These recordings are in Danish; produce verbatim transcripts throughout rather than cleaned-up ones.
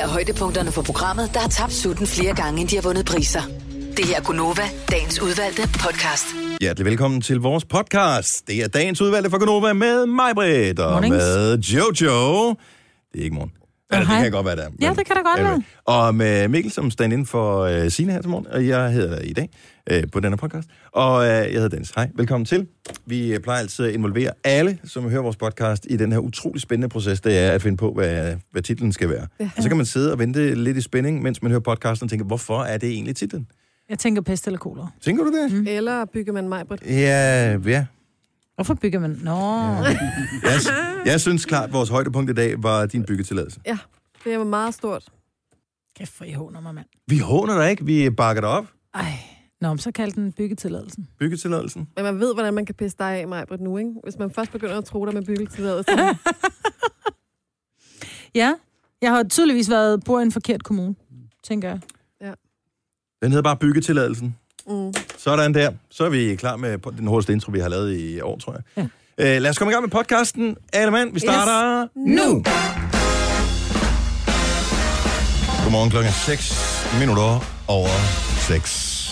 her er højdepunkterne for programmet, der har tabt sutten flere gange, end de har vundet priser. Det her er Gunova, dagens udvalgte podcast. Hjertelig velkommen til vores podcast. Det er dagens udvalgte for Gunova med mig, Britt, og Mornings. Med Jojo. Det er ikke morgen. Ja, det kan godt være der. Ja, det kan da godt være. Og med Mikkel, som stand inden for uh, Signe her til morgen, og jeg hedder i dag uh, på denne podcast. Og uh, jeg hedder Dennis. Hej, velkommen til. Vi uh, plejer altid at involvere alle, som hører vores podcast, i den her utrolig spændende proces, det er at finde på, hvad, hvad titlen skal være. Ja. Og så kan man sidde og vente lidt i spænding, mens man hører podcasten og tænke, hvorfor er det egentlig titlen? Jeg tænker pest eller kolera. Tænker du det? Mm. Eller bygger man Majbrit? Ja, ja. Hvorfor bygger man? Nå. Ja. Jeg, jeg synes klart, at vores højdepunkt i dag var din byggetilladelse. Ja, det var meget stort. Kæft, for I håner mig, mand. Vi håner dig ikke, vi bakker dig op. Ej, nå, så kald den byggetilladelsen. Byggetilladelsen? Men man ved, hvordan man kan pisse dig af, Majbrit, nu, ikke? Hvis man først begynder at tro dig med byggetilladelsen. Ja, jeg har tydeligvis været bor i en forkert kommune, tænker jeg. Ja. Den hedder bare byggetilladelsen. Mm. Sådan der. Så er vi klar med den hurtigste intro, vi har lavet i år, tror jeg. Ja. Uh, lad os komme i gang med podcasten. Alle mand, vi starter yes. nu. Godmorgen klokken seks minutter over seks.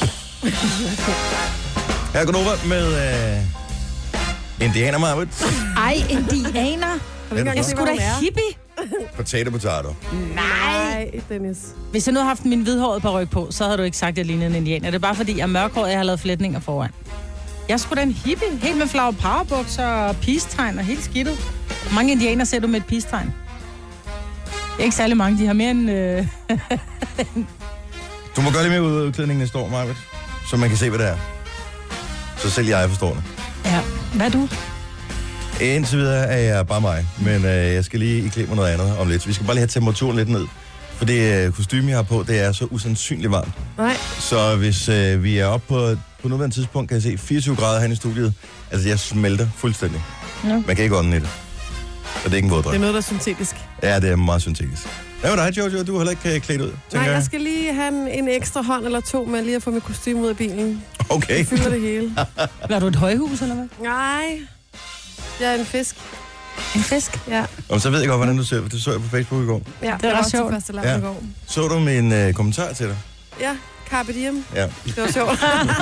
Her går over med uh, indianer, Marvitt. Ej, indianer. Jeg er sgu da hippie. Potato, potato. Nej, Dennis. Hvis jeg nu havde haft min hvidhårede paryk på, så havde du ikke sagt, at jeg lignede en indianer. Det er bare fordi, jeg er mørkhåret, jeg har lavet flætninger foran. Jeg er sgu da en hippie. Helt med flower powerbukser og peace-tegn og helt skidtet. Hvor mange indianer ser du med et peace-tegn? Ikke særlig mange. De har mere end... Øh... Du må gøre lidt mere ud af udklædningen næste år, Marvitt, så man kan se, hvad det er. Så selv jeg forstår det. Ja. Hvad er du? Indtil videre er jeg bare mig, men øh, jeg skal lige iklæde mig noget andet om lidt. Vi skal bare lige have temperaturen lidt ned, for det øh, kostume, jeg har på, det er så usandsynligt varmt. Nej. Så hvis øh, vi er oppe på, på nuværende tidspunkt, kan jeg se fireogtyve grader herinde i studiet. Altså, jeg smelter fuldstændig. Ja. Man kan ikke ånde i det. Og det er ikke en våddrøm. Det er noget, der er syntetisk. Ja, det er meget syntetisk. Hvad med dig, Jojo? Du har heller ikke klædt ud, Nej, jeg skal lige have en, en ekstra hånd eller to med lige at få mit kostume ud af bilen. Okay. Jeg fylder det hele. Var du et højhus, eller hvad? Nej. Jeg er en fisk. En fisk? Ja. Og så ved jeg godt, hvordan du ser, for det så jeg på Facebook i går. Ja, det er ret sjovt. Første ja. I går. Så du min øh, kommentar til dig? Ja, Carpe Diem. Ja. Det var sjovt.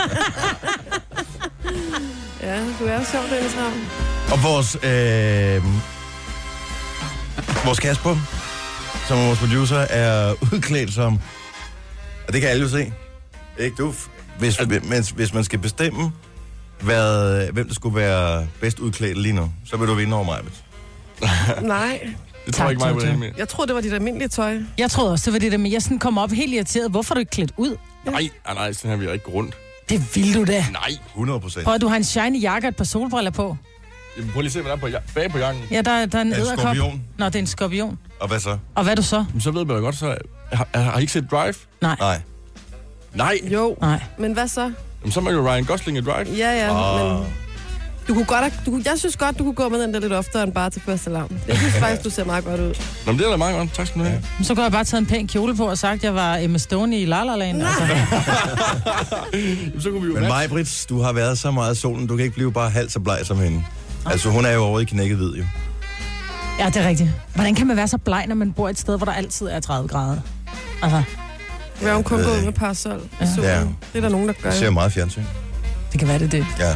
Ja, du er sjov, Dennis Ravn. Og vores, øh, vores Kasper, som er vores producer, er udklædt som, og det kan alle jo se, ikke du? Hvis, hvis, hvis man skal bestemme, hvad, hvem der skulle være bedst udklædt lige nu, så vil du vinde over mig. Nej. Det tror jeg ikke mig på det. Jeg troede, det var dit almindelige tøj. Jeg troede også, det var det der, men jeg sådan kom op helt irriteret. Hvorfor er du ikke klædt ud? Nej, nej, nej, sådan her vil jeg ikke gå rundt. Det vil du da. Nej. hundrede procent. Prøv at du har en shiny jakke og et par solbriller på. Jamen, prøv lige at se, hvad der er på, bag på jakken. Ja, der, der er en edderkop. Skorpion. Nå, det er en skorpion. Og hvad så? Og hvad er du så? Jamen, så ved man da godt, så... Har, har I ikke set Drive? Nej. Nej. Nej. Jo. Nej. Men hvad så? Jamen, så er man jo Ryan Gosling i Drive. Ja, ja, oh. men... Du kunne godt, du, jeg synes godt, du kunne gå med den der lidt oftere end bare til første lavn. Jeg synes faktisk, du ser meget godt ud. Nå, men det er da meget godt. Tak skal du have. Ja. Så kunne jeg bare tage en pæn kjole på og sagt, at jeg var Emma Stone i La La Land. Altså. Jamen, så kunne vi jo men Maj-Brit, du har været så meget i solen, du kan ikke blive bare halvt så bleg som hende. Okay. Altså, hun er jo over i knækket hvid, jo. Ja, det er rigtigt. Hvordan kan man være så bleg, når man bor et sted, hvor der altid er tredive grader? Altså. Vi har jo kun gået med parasol i solen. Ja. Det er der nogen, der gør. Det ser meget fjernsyn. Det kan være det, det. Ja.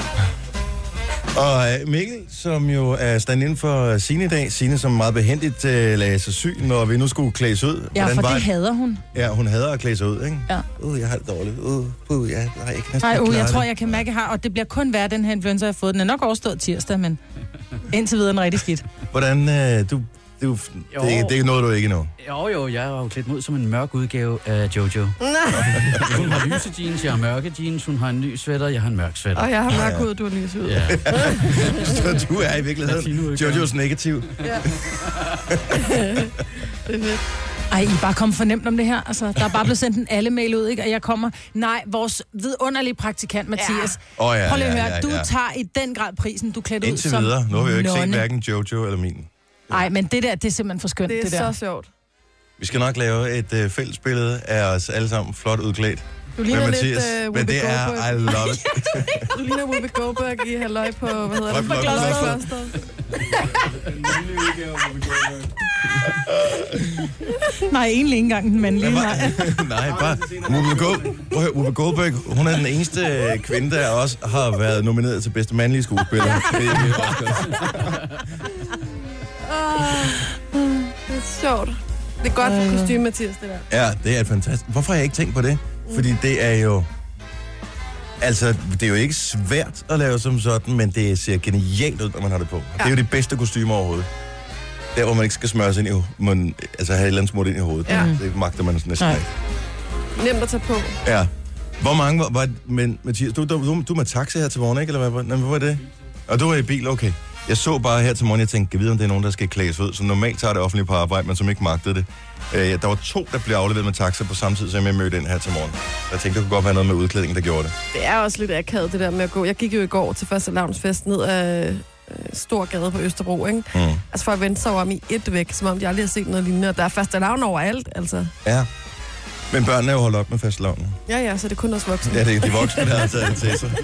Og Mikkel, som jo er stand inden for Signe i dag. Signe, som meget behendigt uh, lagde sig syg, når vi nu skulle klædes ud. Ja, hvordan for var det hader hun. Ja, hun hader at klæde sig ud, ikke? Ja. Uh, jeg har det dårligt. Uh, uh, jeg har ikke næsten Nej, uh, jeg det. tror, jeg kan mærke, at jeg har, og det bliver kun værre, den her influenza, jeg har fået. Den er nok overstået tirsdag, men indtil videre er den rigtig skidt. Hvordan, uh, du... Det, det, det er noget, du ikke endnu. Jo, jo, jeg er jo klædt ud som en mørk udgave af Jojo. Hun har lyse jeans, jeg har mørke jeans, hun har en ny sweater, jeg har en mørk sweater. Og jeg har mørk ud, du har lys ud. Ja. Så du er i virkeligheden Jojos negativ. Ja. Det er fedt. Ej, I er bare kommet for nemt om det her. Altså, der er bare blevet sendt en alle-mail ud, ikke? Og jeg kommer... Nej, vores vidunderlige praktikant, Mathias. Ja. Oh, ja, Prøv lige at ja, høre, ja, ja. du tager i den grad prisen, du klædt ud indtil som videre. Nu har vi jo ikke nonne. set hverken Jojo eller min. Nej, men det der, det er simpelthen for skønt, det, det er der. så sjovt. Vi skal nok lave et uh, fælles billede af os alle sammen flot udklædt. Du ligner lidt uh, men det er, I love it. Du ligner Whoopi Goldberg i halløj på, hvad hedder det? På Kloster. En lille udgave af Whoopi Goldberg. Nej, egentlig ikke engang den mandlige. Nej. Nej, bare Whoopi Goldberg, Whoopi Goldberg, hun er den eneste kvinde, der også har været nomineret til bedste mandlige skuespiller. Ja. Det er sjovt. Det er godt for kostume, Mathias, det der. Ja, det er fantastisk. Hvorfor har jeg ikke tænkt på det? Fordi det er jo... Altså, det er jo ikke svært at lave som sådan, men det ser genialt ud, når man har det på. Ja. Det er jo det bedste kostume overhovedet. Der, hvor man ikke skal smøre sig ind i hovedet. Altså, have et eller andet smurt ind i hovedet. Ja. Det magter man næsten ikke. Nemt at tage på. Ja. Hvor mange var... var men, Mathias, du, du, du, du er med taxa her til morgen, ikke? Eller hvad? Nej, hvor var det? Og du var i bil, okay. Jeg så bare her til morgen, jeg tænkte, kan vide, om det er nogen, der skal klædes ud. Så normalt tager det offentligt på arbejde, men som ikke magtede det. Øh, der var to, der blev afleveret med taxa på samme tid, som jeg mødte ind her til morgen. Jeg tænkte, det kunne godt være noget med udklædning, der gjorde det. Det er også lidt akavet, det der med at gå. Jeg gik jo i går til første lavnsfest ned af øh, Storgade på Østerbro, ikke? Mm. Altså for at vente sig om i et væk, som om de aldrig har set noget lignende. Og der er første lavn overalt, altså. Ja. Men børnene er jo holdt op med fastelavnen. Ja, ja, så det er kun os voksne. Ja, det er de voksne, der har taget det til sig.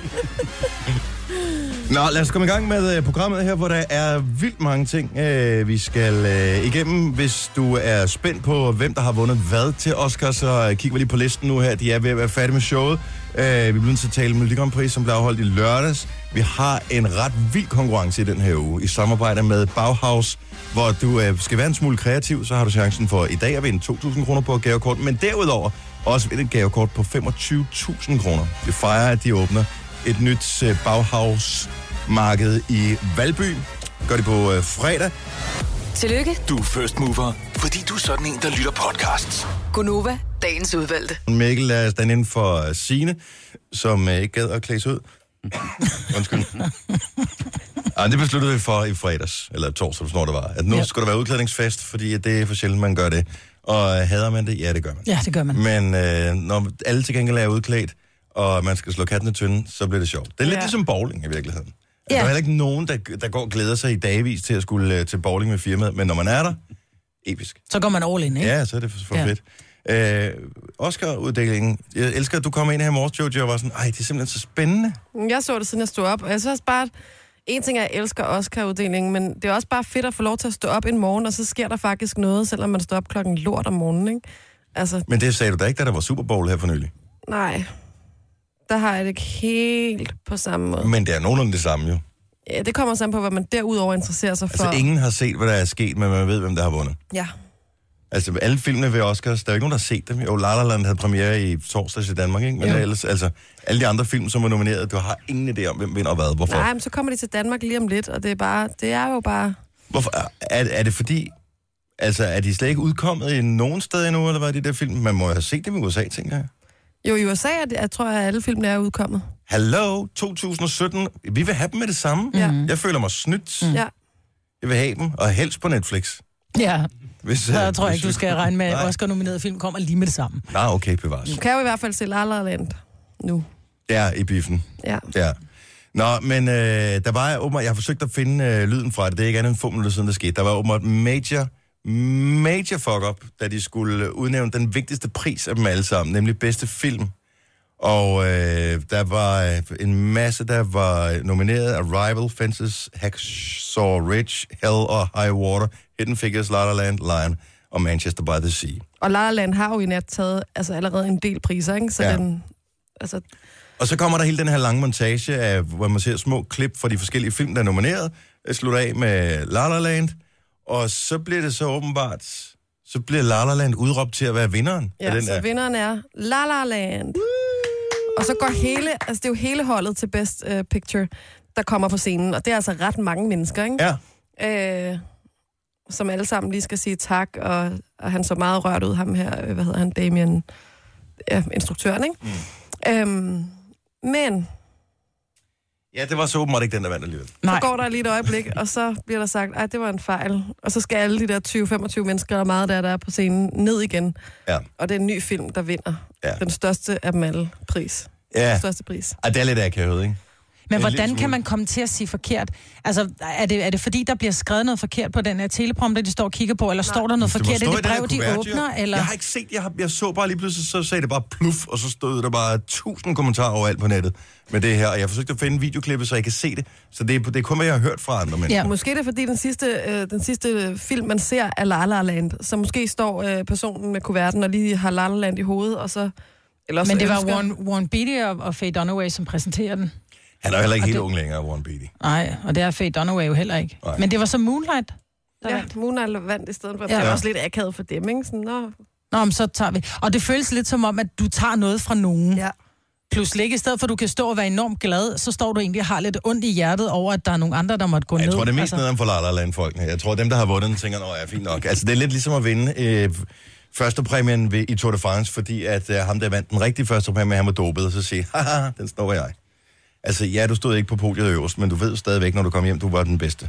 Nå, lad os komme i gang med uh, programmet her, hvor der er vildt mange ting, uh, vi skal uh, igennem. Hvis du er spændt på, hvem der har vundet hvad til Oscar, så uh, kigger vi lige på listen nu her. De er ved at være færdige med showet. Uh, vi bliver nødt til at tale med Melodi Grand Prix, som blev afholdt i lørdags. Vi har en ret vild konkurrence i den her uge, i samarbejde med Bauhaus, hvor du uh, skal være en smule kreativ, så har du chancen for i dag at vinde to tusind kroner på et gavekort, men derudover også vinde et gavekort på femogtyve tusind kroner. Vi fejrer, at de åbner et nyt uh, Bauhaus-marked i Valby. Gør det på uh, fredag. Tillykke. Du er first mover, fordi du er sådan en, der lytter podcasts. Gunova, dagens udvalgte. Mikkel er stand inden for uh, Signe, som uh, ikke gad at klædes ud. Undskyld. Ah, det besluttede vi for i fredags, eller torsdag, når det var, at nu ja. skulle der være udklædningsfest, fordi det er for sjældent, man gør det. Og uh, hader man det? Ja, det gør man. Ja, det gør man. Men uh, når alle til gengæld er udklædt, og man skal slå katten i tynden, så bliver det sjovt. Det er lidt ja. ligesom bowling i virkeligheden. Ja. Der er heller ikke nogen, der, der går og glæder sig i dagvis til at skulle uh, til bowling med firmaet, men når man er der, episk. Så går man all in, ikke? Ja, så er det for, for ja. fedt. Uh, Oscar-uddelingen. Jeg elsker, at du kom ind her i morges, Jojo, og var sådan, ej, det er simpelthen så spændende. Jeg så det, siden jeg stod op, og jeg synes også bare, at en ting er, at jeg elsker Oscar-uddelingen, men det er også bare fedt at få lov til at stå op en morgen, og så sker der faktisk noget, selvom man står op klokken lort om morgenen, ikke? Altså... Men det sagde du da ikke, da der var Super Bowl her for nylig. Nej, der har jeg det ikke helt på samme måde. Men det er nogenlunde det samme, jo. Ja, det kommer sammen på, hvad man derudover interesserer sig for. Altså, ingen har set, hvad der er sket, men man ved, hvem der har vundet. Ja. Altså, alle filmene ved Oscars, der er jo ikke nogen, der har set dem. Jo, La La Land havde premiere i torsdags i Danmark, ikke? Men ellers, altså, alle de andre film, som er nomineret, du har ingen idé om, hvem vinder og hvad. Hvorfor? Nej, men så kommer de til Danmark lige om lidt, og det er bare, det er jo bare... Hvorfor? Er, er det fordi, altså, er de slet ikke udkommet i nogen sted endnu, eller hvad er de der film? Man må have set dem i U S A, tænker jeg. Jo, i U S A, jeg, jeg tror, at alle filmene er udkommet. Hallo, to tusind sytten. Vi vil have dem med det samme. Ja. Jeg føler mig snydt. Mm. Ja. Jeg vil have dem, og helst på Netflix. Ja, hvis, så jeg uh, tror jeg ikke, du skal regne med, at Nej. Oscar-nominerede film kommer lige med det samme. Nej, okay, bevares. Du kan jo i hvert fald se La La Land nu. Ja, i biffen. Ja. Ja. Nå, men øh, der var åbenbart, jeg har forsøgt at finde øh, lyden fra det, det er ikke andet end få minutter siden, der skete. Der var åbenbart major, major fuck-up, da de skulle udnævne den vigtigste pris af dem alle sammen, nemlig bedste film. Og øh, der var øh, en masse, der var nomineret: Arrival, Fences, Hacksaw Ridge, Hell og High Water, Hidden Figures, La La Land, Lion og Manchester by the Sea. Og La La Land har jo i nat taget altså, allerede en del priser, ikke? Så ja. den... Altså... Og så kommer der hele den her lange montage af, hvor man ser små klip fra de forskellige film, der er nomineret, slutter af med La La Land, og så bliver det så åbenbart, så bliver La La Land udråbt til at være vinderen. Ja, af den så der. vinderen er La La Land. Og så går hele, altså det er jo hele holdet til Best uh, Picture, der kommer på scenen, og det er altså ret mange mennesker, ikke? Ja. Øh, som alle sammen lige skal sige tak, og, og han så meget rørt ud, ham her, hvad hedder han, Damien, ja, instruktøren, ikke? Mm. Øhm, men... Ja, det var så åbenbart ikke den, der vandt alligevel. Så går der lige et øjeblik, og så bliver der sagt, ej, det var en fejl. Og så skal alle de der tyve til femogtyve mennesker, der er meget der, der er på scenen, ned igen. Ja. Og det er en ny film, der vinder. Ja. Den største af dem alle pris. Ja. Den største pris. Ej, det er lidt akavet, ikke? Men En hvordan lille kan man komme til at sige forkert? Altså, er det, er det fordi, der bliver skrevet noget forkert på den her teleprompter, de står og kigger på, eller Nej. står der noget Det må forkert i stå det den her brev, de kuvert, åbner? jo. Eller? Jeg har ikke set, jeg, har, jeg så bare lige pludselig, så sagde det bare pluff, og så stod der bare tusind kommentarer overalt på nettet med det her, og jeg forsøgte at finde videoklippet, så jeg kan se det. Så det er, det er kun, hvad jeg har hørt fra andre mennesker. Ja. Måske er det fordi, den sidste, øh, den sidste film, man ser, er La La Land, så måske står øh, personen med kuverten og lige har La La Land i hovedet, og så... Eller Men det var ønsker... Warren, Warren Beatty og, og Faye Dunaway, som præsenterer den. Han er jo heller ikke Og helt det- ung længere, Warren Beatty. Nej, og det er Faye Dunaway jo heller ikke. Nej. Men det var så Moonlight, der Ja, vandt. Moonlight vandt i stedet for. Ja. Ja. Det er også lidt akavet for dem, ikke? Sådan, nå. Nå, men så tager vi. Og det føles lidt som om, at du tager noget fra nogen. Ja. Pludselig ikke, i stedet for at du kan stå og være enormt glad, så står du egentlig og har lidt ondt i hjertet over, at der er nogle andre, der måtte gå Jeg ned. tror, det er mest altså... nederen for La La Land-folkene. Jeg tror, dem, der har vundet den, tænker, nå, ja, fint nok. Altså, det er lidt ligesom at vinde øh, førstepræmien ved, i Tour de France, fordi at øh, ham, der vandt den rigtige førstepræmie, han var dopet, og så siger, haha, den snor jeg. Altså, ja, du stod ikke på podiet øverst, men du ved stadigvæk, når du kom hjem, du var den bedste.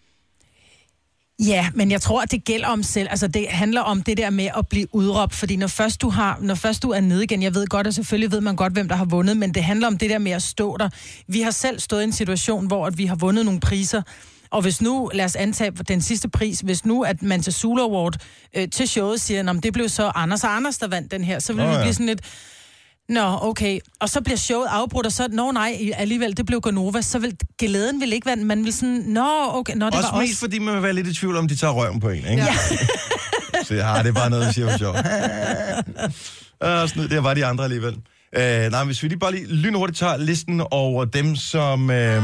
Ja, men jeg tror, at det gælder om selv. Altså, det handler om det der med at blive udråbt, fordi når først du har, når først du er nede igen, jeg ved godt, og selvfølgelig ved man godt, hvem der har vundet, men det handler om det der med at stå der. Vi har selv stået i en situation, hvor at vi har vundet nogle priser, og hvis nu, lad os antage den sidste pris, hvis nu, at man til Zulu Award øh, til showet siger, at det blev så Anders og Anders, der vandt den her, så vil Nå, vi ja. blive sådan lidt, nå, okay. Og så bliver showet afbrudt, og så, nå nej, alligevel, det blev Gonova, så vil glæden vil ikke være, man vil sådan, nå, okay, nå, det Også var mest os. fordi man vil være lidt i tvivl om, de tager røven på en, ikke? Ja. Så ja, det er bare noget, jeg siger for sjov. Ah, snyd, det var de andre alligevel. Øh, nej, hvis vi lige bare lige lynhurtigt tager listen over dem, som øh,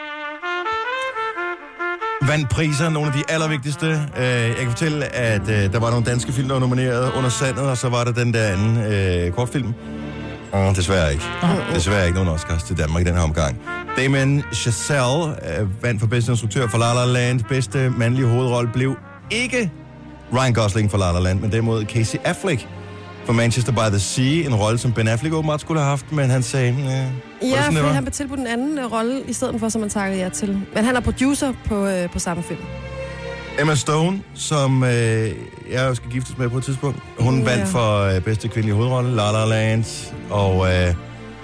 vandt priser, nogle af de allervigtigste. Øh, jeg kan fortælle, at øh, der var nogle danske film, der var nomineret under sandet, og så var der den der anden øh, kortfilm. Oh, desværre ikke. Desværre ikke nogen Oscars til Danmark i den her omgang. Damien Chazelle øh, vandt for bedste instruktør for La La Land. Bedste mandlige hovedrolle blev ikke Ryan Gosling for La La Land, men derimod Casey Affleck for Manchester by the Sea. En rolle, som Ben Affleck åbenbart skulle have haft, men han sagde... Øh, Ja, fordi han blev tilbudt en anden øh, rolle, i stedet for, som man takkede ja til. Men han er producer på, øh, på samme film. Emma Stone, som øh, jeg jo skal giftes med på et tidspunkt. Hun Ja. vandt for øh, bedste kvindelige hovedrolle, La La Land, og øh,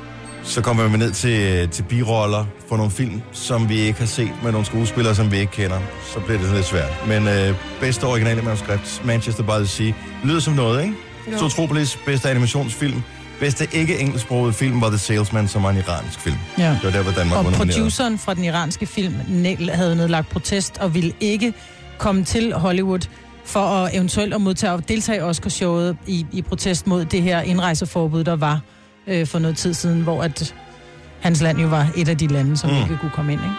så kommer vi ned til, til biroller for nogle film, som vi ikke har set, med nogle skuespillere, som vi ikke kender. Så bliver det lidt svært. Men øh, bedste originale manuskript, Manchester by the Sea, lyder som noget, ikke? Jo. Zootropolis, bedste animationsfilm. Bedste ikke-engelsksproget film var The Salesman, som var en iransk film. Ja. Det var der, hvor Danmark Og var nomineret. produceren fra den iranske film Nel havde nedlagt protest og ville ikke komme til Hollywood for at eventuelt at modtage og deltage i Oscarshowet i, i protest mod det her indrejseforbud, der var øh, for noget tid siden, hvor at hans land jo var et af de lande, som Mm. mm. ikke kunne komme ind. Ikke?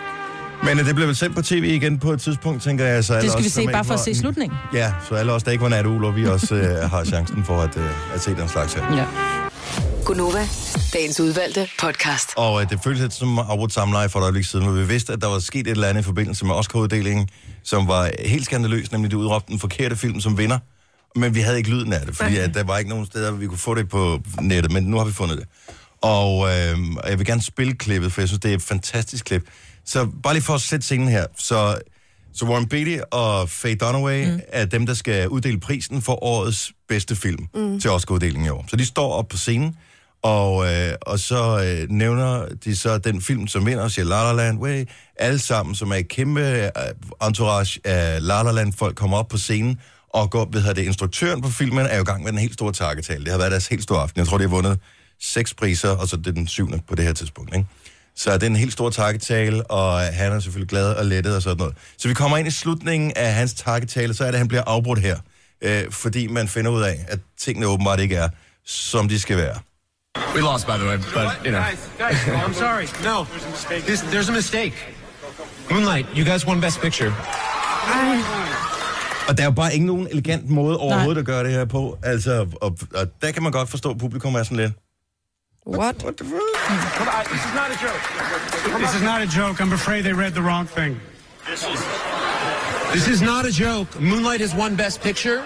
Men øh, det blev vel sendt på tv igen på et tidspunkt, tænker jeg. Så alle Det skal os, vi som se ikke bare for at var- se slutningen. Ja, så alle os, der ikke var natugler, vi også øh, har chancen for at, øh, at se den slags her. Ja. Gunova, dagens udvalgte podcast. Og øh, det føltes lidt som afbrudt samleje for et øjeblik siden, hvor vi vidste, at der var sket et eller andet i forbindelse med Oscar-uddelingen, som var helt skandaløs, nemlig det udråbte den forkerte film som vinder. Men vi havde ikke lyden af det, fordi at der var ikke nogen steder, hvor vi kunne få det på nettet, men nu har vi fundet det. Og øh, og jeg vil gerne spille klippet, for jeg synes, det er et fantastisk klip. Så bare lige for at sætte scenen her. Så, så Warren Beatty og Faye Dunaway mm. er dem, der skal uddele prisen for årets bedste film mm. til Oscar-uddelingen i år. Så de står op på scenen, og, øh, og så øh, nævner de så den film, som vinder, og siger La La Land Way. Alle sammen, som er et kæmpe øh, entourage af La La Land, folk kommer op på scenen, og går, ved det, instruktøren på filmen er jo i gang med den helt store takketale. Det har været deres helt store aften. Jeg tror, de har vundet seks priser, og så det er den syvende på det her tidspunkt, ikke? Så det er en helt stor takketale, og han er selvfølgelig glad og lettet og sådan noget. Så vi kommer ind i slutningen af hans takketale, så er det, at han bliver afbrudt her. Øh, fordi man finder ud af, at tingene åbenbart ikke er, som de skal være. We lost, by the way, but, you know. Guys, guys, I'm sorry. No, this, there's a mistake. Moonlight, you guys won Best Picture. Og der er jo bare ikke nogen elegant måde overhovedet at gøre det her på. Altså, og, og der kan man godt forstå, at publikum er sådan lidt... What? What the fuck? Come on, this is not a joke. This is not a joke. I'm afraid they read the wrong thing. This is... This is not a joke. Moonlight has won Best Picture.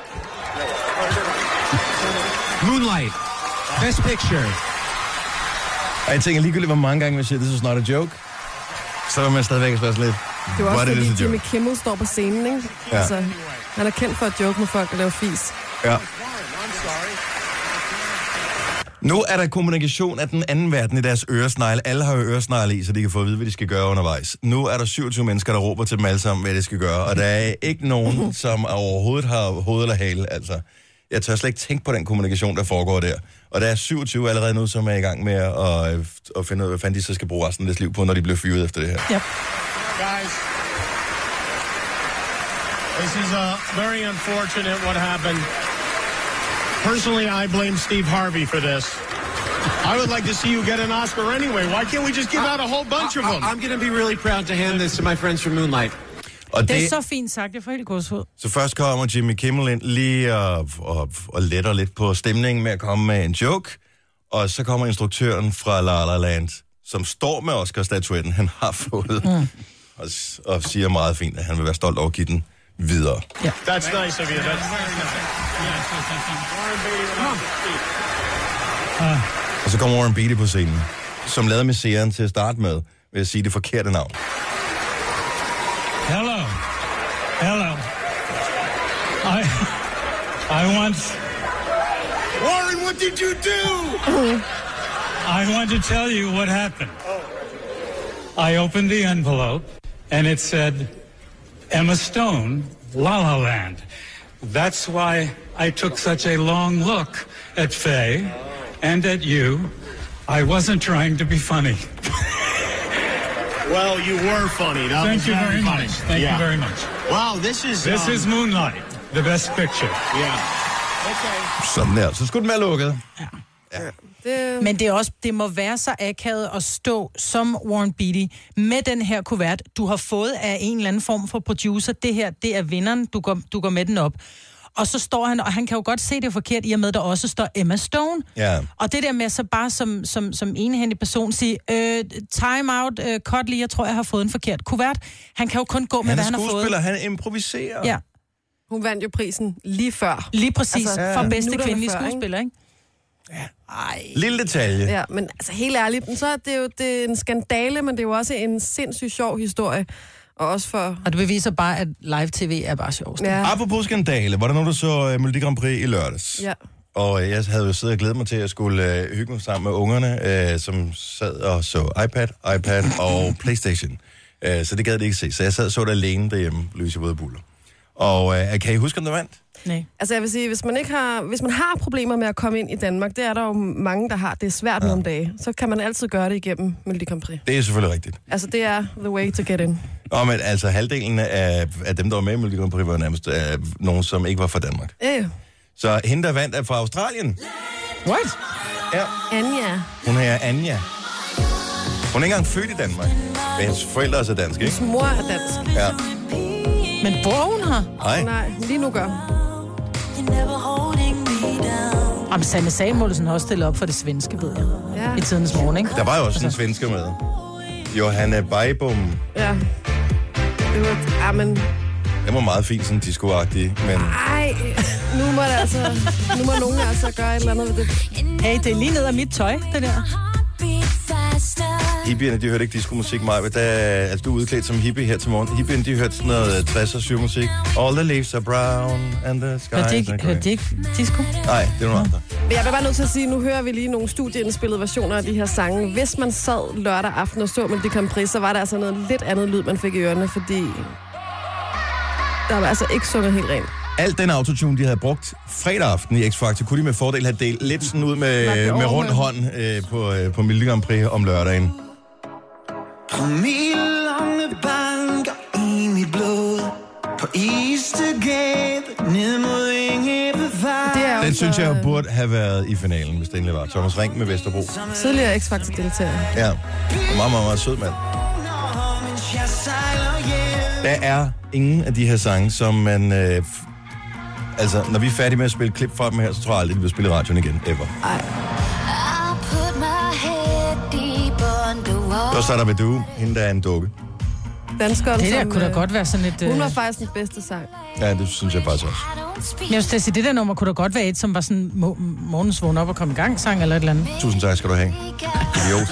Moonlight. Best Picture. Og jeg tænker ligegyldigt, hvor mange gange vi siger, this is not a joke, så vil man stadigvæk være sådan lidt... Det var også What is fordi a Jimmy joke? Kimmel står på scenen, ikke? Ja. Altså, han er kendt for at joke med folk, der laver fis. Ja. Nu er der kommunikation af den anden verden i deres øresnegle. Alle har jo øresnegle i, så de kan få at vide, hvad de skal gøre undervejs. Nu er der syvogtyve mennesker, der råber til dem alle sammen, hvad de skal gøre. Og der er ikke nogen, som overhovedet har hoved eller hale. Altså, jeg tør slet ikke tænke på den kommunikation, der foregår der. Og der er syvogtyve allerede nu, som er i gang med at, at finde ud af, hvad fanden de så skal bruge resten af deres liv på, når de bliver fyret efter det her. Yep. Guys, this is uh, very unfortunate what happened. Personally, I blame Steve Harvey for this. I would like to see you get an Oscar anyway. Why can't we just give out a whole bunch of them? I'm going to be really proud to hand this to my friends from Moonlight. Og Det er så fint sagt, jeg får helt gåshud. Så først kommer Jimmy Kimmel ind lige og, og, og letter lidt på stemningen med at komme med en joke. Og så kommer instruktøren fra La La Land, som står med Oscar-statuetten, han har fået. Mm. Og, og siger meget fint, at han vil være stolt over at give den videre. Yeah. That's nice of you. That's very nice. Uh. Og så kommer Warren Beatty på scenen, som lavede med seeren til at starte med, ved at sige det forkerte navn. Hello. Hello. I I want Warren, what did you do? I want to tell you what happened. I opened the envelope and it said Emma Stone, La La Land. That's why I took such a long look at Faye and at you. I wasn't trying to be funny. Well, you were funny. That Thank was you very very much. funny. Thank Yeah. you very much. Wow, this is This um, is Moonlight, the best picture. Yeah. Okay. Sådan der. Så skulle den være lukket. Ja. Ja. Det... Men det, er også, det må være så akavet at stå som Warren Beatty med den her kuvert, du har fået af en eller anden form for producer. Det her, det er vinderen, du går, du går med den op. Og så står han, og han kan jo godt se det forkert, i og med, at der også står Emma Stone. Ja. Og det der med så bare som, som, som enhændig person sige, øh, time out, øh, cut lige, jeg tror, jeg har fået en forkert kuvert. Han kan jo kun gå med, Han hvad er han har fået. skuespiller, han improviserer. Ja. Hun vandt jo prisen lige før. Lige præcis, Altså, altså, for ja. bedste Minutterne kvindelige før, ikke? skuespiller, ikke? Ej. Lille detalje. Ja, men altså helt ærligt, så er det jo det er en skandale, men det er jo også en sindssygt sjov historie. Og også for... Og det beviser bare, at live-tv er bare sjovt. Ja. Apropos skandale, var der nogen, der så uh, Melodi Grand Prix i lørdags? Ja. Og uh, jeg havde jo siddet og glædet mig til, at jeg skulle uh, hygge mig sammen med ungerne, uh, som sad og så iPad, iPad og PlayStation. Uh, så det gad de ikke se. Så jeg sad og så det alene derhjemme, Louise Våde Buller. Og uh, kan I huske, om det vandt? Nej. Altså jeg vil sige, hvis man ikke har, hvis man har problemer med at komme ind i Danmark, det er der jo mange, der har. Det er svært ja. nogle dage. Så kan man altid gøre det igennem Melodi Grand Prix. Det er selvfølgelig rigtigt. Altså det er the way to get in. Nå, men altså halvdelen af, af dem, der var med i Melodi Grand Prix, var nærmest uh, nogen, som ikke var fra Danmark. Ja, ja. Så hende, der vandt, er fra Australien. What? Ja. Anja. Hun er Anja. Hun er ikke engang født i Danmark. Men hendes forældre er så danske, ikke? Hendes mor er dansk. Ja. Men bor hun her? Nej. Nej, lige nu gør. Jamen, Sanne Samuelsen har også stillet op for det svenske, ved jeg. Ja. I tidens morgen, ikke? Der var jo også en svensker med. Johanna Beibom. Ja. Det var, ja, men... Den var meget fin, sådan disco-agtig, men... Ej, nu må det altså... Nu må nogen altså gøre et eller andet ved det. Hey, det er lige ned af mit tøj, det der. Hippierne, de hørte ikke disco-musik meget. Da, altså, du er udklædt som hippie her til morgen. Hippierne, de hørte sådan noget tresser syv musik. All the leaves are brown, and the sky... Hørte de ikke, hørte de ikke disco? Nej, det er nogle andre. Men jeg vil bare nødt til at sige, nu hører vi lige nogle studieindspillede versioner af de her sange. Hvis man sad lørdag aften og så Melodi Grand Prix, så var der altså noget lidt andet lyd, man fik i ørerne, fordi der var altså ikke sunget helt rent. Alt den autotune, de havde brugt fredag aften i X-Factor, kunne de med fordel have delt lidt sådan ud med, med rund hånd øh, på, øh, på Melodi Grand Prix om lørdagen. Promillelange banker i mit blod på Istergade ned mod Ingebevej. Den synes jeg burde have været i finalen, hvis det egentlig var. Thomas Ring med Vesterbro. Tidligere X-Factor-deltager. Ja, meget, meget, meget sød mand. Der er ingen af de her sange, som man... Øh, altså, når vi er færdige med at spille klip fra dem her, så tror jeg aldrig, vi vil spille i radioen igen, ever. Ej. Så starter med du, hende der er en dukke. Danskeren, Det der som, kunne da øh, godt være sådan et... Hun var Øh... faktisk den bedste sang. Ja, det synes jeg faktisk også. Jeg synes, at det der nummer kunne da godt være et, som var sådan må- morgens vågne op og komme i gang sang eller et eller andet. Tusind tak skal du have. Idiot.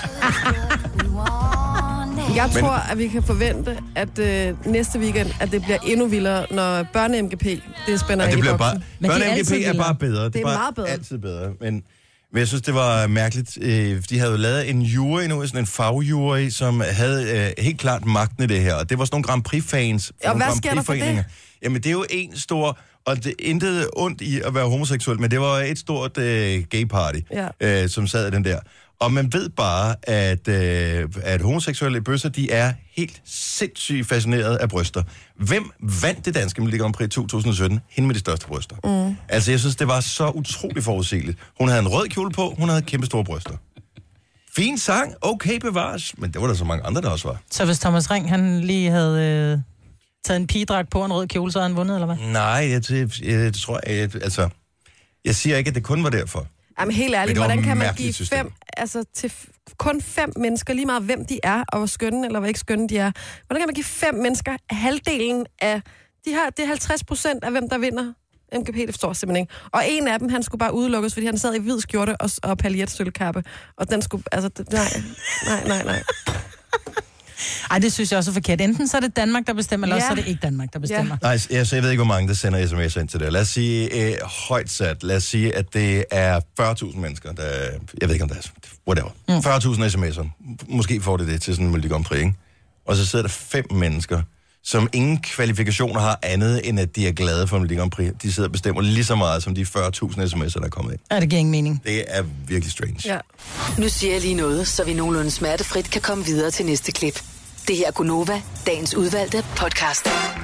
Jeg tror, at vi kan forvente, at øh, næste weekend, at det bliver endnu vildere, når børne-M G P, det spænder Ja, af det i bliver boksen. bare, børne-M G P er bare bedre. Det er bare meget bedre. altid bedre. Men, Men jeg synes, det var mærkeligt. De havde jo lavet en jury nu, sådan en fagjury, som havde helt klart magten i det her. Og det var sådan nogle Grand Prix-fans. Og hvad sker der for det? Jamen, det er jo en stor... Og det intet ondt i at være homoseksuel, men det var et stort øh, gay-party, ja. øh, som sad i den der. Og man ved bare, at, øh, at homoseksuelle bøsser, de er helt sindssygt fascineret af bryster. Hvem vandt det danske Melodi Grand Prix to tusind sytten? Hende med de største bryster. Mm. Altså, jeg synes, det var så utroligt forudsigeligt. Hun havde en rød kjole på, hun havde kæmpe store bryster. Fin sang, okay bevares, men det var der så mange andre, der også var. Så hvis Thomas Ring, han lige havde... Øh... taget en pigedragt på en rød kjole, så havde han vundet, eller hvad? Nej, jeg, jeg, jeg tror, jeg, altså... Jeg siger ikke, at det kun var derfor. Jamen helt ærligt, hvordan kan man give system. fem, altså til kun fem mennesker, lige meget hvem de er, og hvor skønne eller hvor ikke skønne de er, hvordan kan man give fem mennesker halvdelen af... De har, det er halvtreds procent af, hvem der vinder M G P, det forstår jeg simpelthen ikke. Og en af dem, han skulle bare udelukkes, fordi han sad i hvid skjorte og, og paljet-sølvkappe. Og den skulle... Altså, nej, nej, nej, nej. Ej, det synes jeg også er forkert. Enten så er det Danmark, der bestemmer, eller Ja. også er det ikke Danmark, der bestemmer. Nej, jeg, jeg ved ikke, hvor mange, der sender sms'er ind til det. Lad os sige, øh, højt sat, lad os sige, at det er fyrre tusind mennesker, der... Jeg ved ikke, om det er... Whatever. Mm. fyrre tusind sms'er. Måske får det det til sådan en Melodi Grand Prix, ikke? Og så sidder der fem mennesker, som ingen kvalifikationer har andet, end at de er glade for Melodi Grand Prix. De sidder og bestemmer lige så meget, som de fyrre tusind sms'er, der er kommet ind. Ja, det giver ingen mening. Det er virkelig strange. Ja. Nu siger jeg lige noget, så vi nogenlunde smertefrit kan komme videre til næste klip. Det her er Gunova, dagens udvalgte podcast.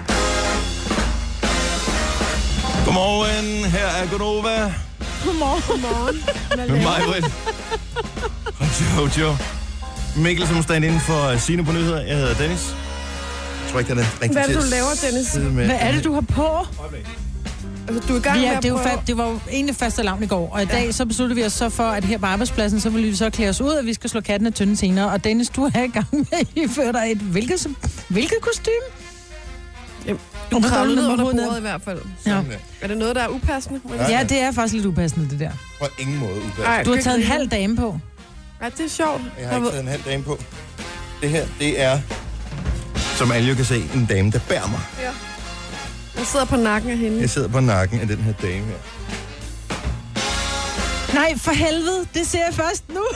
Godmorgen, her er Gunova. Godmorgen. Godmorgen. Med mig, Britt. Og Jojo. Mikkel, som stand inden for Signe på nyheder. Jeg hedder Dennis. Jeg tror ikke, den er rigtig Hvad er det, til du at laver, Dennis? sidde med. Hvad er det, du har på? Altså, du er i gang Ja, med at det, er jo prøve... fa- det var jo egentlig fastelavn i går, og i dag så besluttede vi os så for, at her på arbejdspladsen, så ville vi så klæde os ud, og vi skal slå katten af tynde senere. Og Dennis, du er i gang med at iføre dig et hvilket, hvilket kostume? Jamen, du kravler ned under bordet i hvert fald. Ja. Er det noget, der er upassende? Ja, det er faktisk lidt upassende, det der. På ingen måde upassende. Du har taget en halv dame på. Ja, det er sjovt. Jeg har ikke taget en halv dame på. Det her, det er, som alle jo kan se, en dame, der bærer mig. Ja. Jeg sidder på nakken af hende. Jeg sidder på nakken af den her dame her. Nej, for helvede, det ser jeg først nu.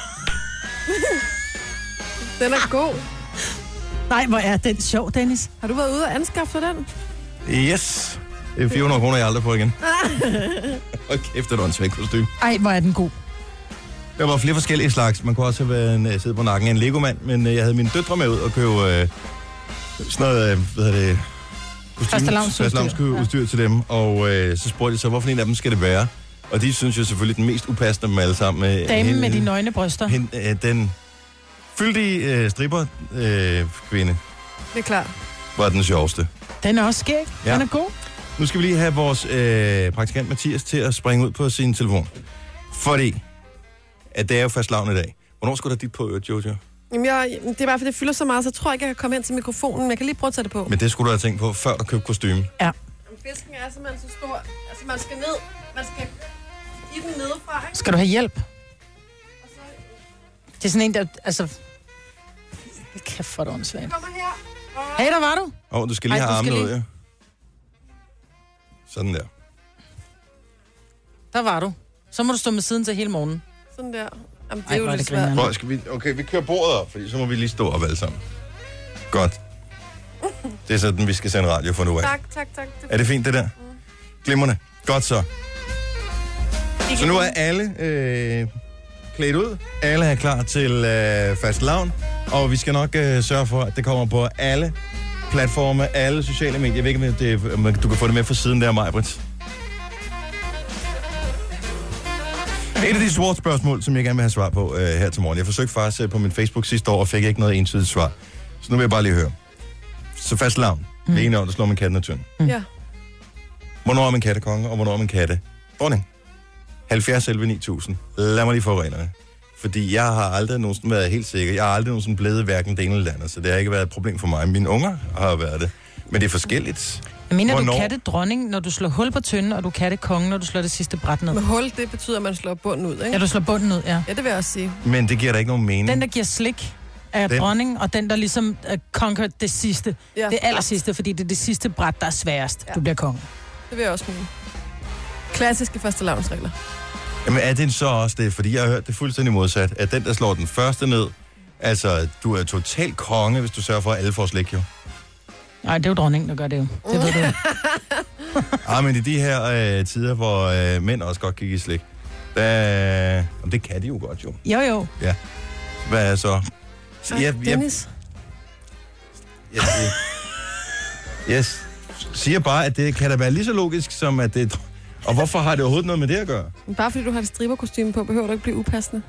Den er god. Nej, hvor er den sjov, Dennis. Har du været ude og anskaffe den? Yes. Det er fire hundrede kroner, jeg aldrig får igen. Og kæft, det var en svæk kostume. Ej, hvor er den god. Der var flere forskellige slags. Man kunne også have været en, siddet på nakken af en Lego-mand, men jeg havde mine døtre med ud og købe øh, sådan noget, øh, hvad hedder det, fastelavnsudstyr til dem. Og øh, så spurgte de så, hvorfor en af dem skal det være? Og de synes jo selvfølgelig den mest upassende af dem alle sammen. Øh, Damen hende, med de nøgne bryster. Hende, øh, den fyldige øh, stripper-kvinde øh, Det er klart. var den sjoveste. Den er også skæg. Ja. Den er god. Nu skal vi lige have vores øh, praktikant Mathias til at springe ud på sin telefon. Fordi, at det er jo fastelavn i dag. Hvornår skulle der dit på, Jojo? Jamen, jeg, det er bare, fordi det fylder så meget, så jeg tror ikke, jeg kan komme hen til mikrofonen, men jeg kan lige prøve at tage det på. Men det skulle du have tænkt på, før du købte kostume. Ja. Jamen, fisken er simpelthen så stor. Altså, man skal ned. Man skal i den nedefra, ikke? Skal du have hjælp? Det er sådan en, der... Altså... Kæft, hvor er det åndssvagt. Kommer her. Og... Hey, der var du. Åh, oh, du skal lige Ej, have du skal armene ud, lige- ja. Sådan der. Der var du. Så må du stå med siden til hele morgenen. Sådan der. Jamen, det Ej, er jo hvor er lidt det grineren. svært. Prøv, skal vi, okay, vi kører bordet op, fordi så må vi lige stå op alle sammen. Godt. Det er sådan, vi skal sende radio for nu af. Tak, tak, tak. Det Er det fint, det der? Glimrende. Godt så. Så nu er alle øh, klædt ud. Alle er klar til øh, fastelavn. Og vi skal nok øh, sørge for, at det kommer på alle platforme, alle sociale medier. Jeg ved ikke, om det, om du kan få det med fra siden der, Maj-Brit. Et af de sorte spørgsmål, som jeg gerne vil have svar på øh, her til morgen. Jeg forsøgte faktisk øh, på min Facebook sidste år, og fik ikke noget entydigt svar. Så nu vil jeg bare lige høre. Så fastelavn. Mm. Det ene år, der slår man katten af tynd. Mm. Ja. Hvornår er man kattekonge, og hvornår er man katte? Dronning. halvfjerds elleve ni tusind. Lad mig lige få reglerne. Fordi jeg har aldrig nogensinde været helt sikker. Jeg har aldrig nogensinde blevet hverken det ene eller det andet, så det har ikke været et problem for mig. Mine unger har været det. Men det er forskelligt. Jeg mener, Hvornår? du katte dronning, når du slår hul på tynden, og du katte konge, når du slår det sidste bræt ned. Men hul, det betyder, at man slår bunden ud, ikke? Ja, du slår bunden ud, ja. Ja, det vil jeg også sige. Men det giver da ikke nogen mening. Den, der giver slik, er Den. dronning, og den, der ligesom uh, conquer det sidste. Ja. Det aller sidste, fordi det er det sidste bræt, der er sværest. Ja. Du bliver konge. Det vil jeg også mene. Klassiske fastelavnsregler. Jamen er det så også det? Fordi jeg har hørt det fuldstændig modsat. At den, der slår den første ned, altså du er totalt konge, hvis du sørger for, at alle får slik jo. Nej, det er jo dronningen, der gør det jo. Det ved du. Ah, men i de her øh, tider, hvor øh, mænd også godt kan give slik, der... Jamen, det kan de jo godt jo. Jo, jo. Ja. Hvad er så? så Ej, jeg, Dennis. Jeg, jeg, jeg, jeg siger bare, at det kan da være lige så logisk, som at det... Og hvorfor har det overhovedet noget med det at gøre? Bare fordi du har et striberkostyme på, behøver du ikke blive upassende.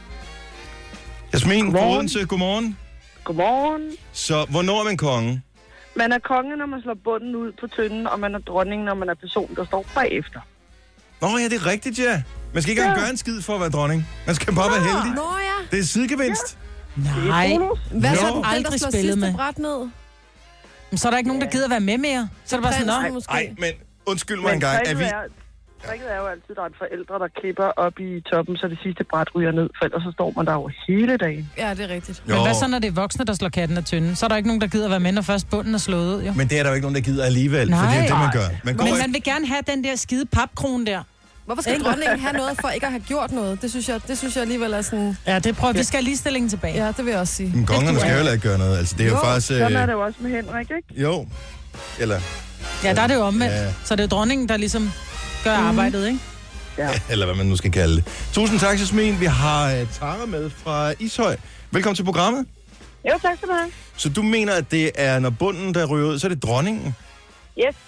Jasmin fra Odense, godmorgen. Godmorgen. Så hvornår er man konge? Man er konge, når man slår bunden ud på tynden, og man er dronning, når man er person, der står bagefter. Nå ja, det er rigtigt, ja. Man skal ikke engang ja. gøre en skid for at være dronning. Man skal bare være heldig. Nå ja. Det er sidegevinst. Ja. Nej. Hvad så den, aldrig der slår spillet sidste med. bræt ned? Men så er der ikke nogen, der gider være med mere. Så er det bare sådan, nå. Nej, men undskyld mig en gang. Er vi... Tricket er jo altid, at der er forældre, der klipper op i toppen, så det sidste bræt ryger ned, for ellers så står man der jo hele dagen. Ja, det er rigtigt. Jo. Men hvad så, når det er voksne, der slår katten af tynden? Så er der ikke nogen, der gider være med, når først bunden er slået ud, jo. Men det er der jo ikke nogen, der gider alligevel, Nej. for det er det, man gør. Man går Men ikke... man vil gerne have den der skide papkrone der. Hvorfor skal dronningen have noget for ikke at have gjort noget? Det synes jeg, det synes jeg alligevel er sådan... Ja, det prøver vi. skal have ligestillingen tilbage. Ja, det vil jeg også sige. Men kongerne skal jo heller ikke gøre noget. Altså, det er jo, jo faktisk... Øh... Sådan er det jo også med Henrik, ikke? Jo. Eller... Ja, der er det jo omvendt. Ja. Så det er dronningen, der ligesom gør mm. arbejdet, ikke? Ja. Eller hvad man nu skal kalde det. Tusind tak, Jasmin. Vi har uh, Tara med fra Ishøj. Velkommen til programmet. Jo, tak skal du have. Så du mener, at det er, når bunden der ryger ud, så er det dronningen? Yes.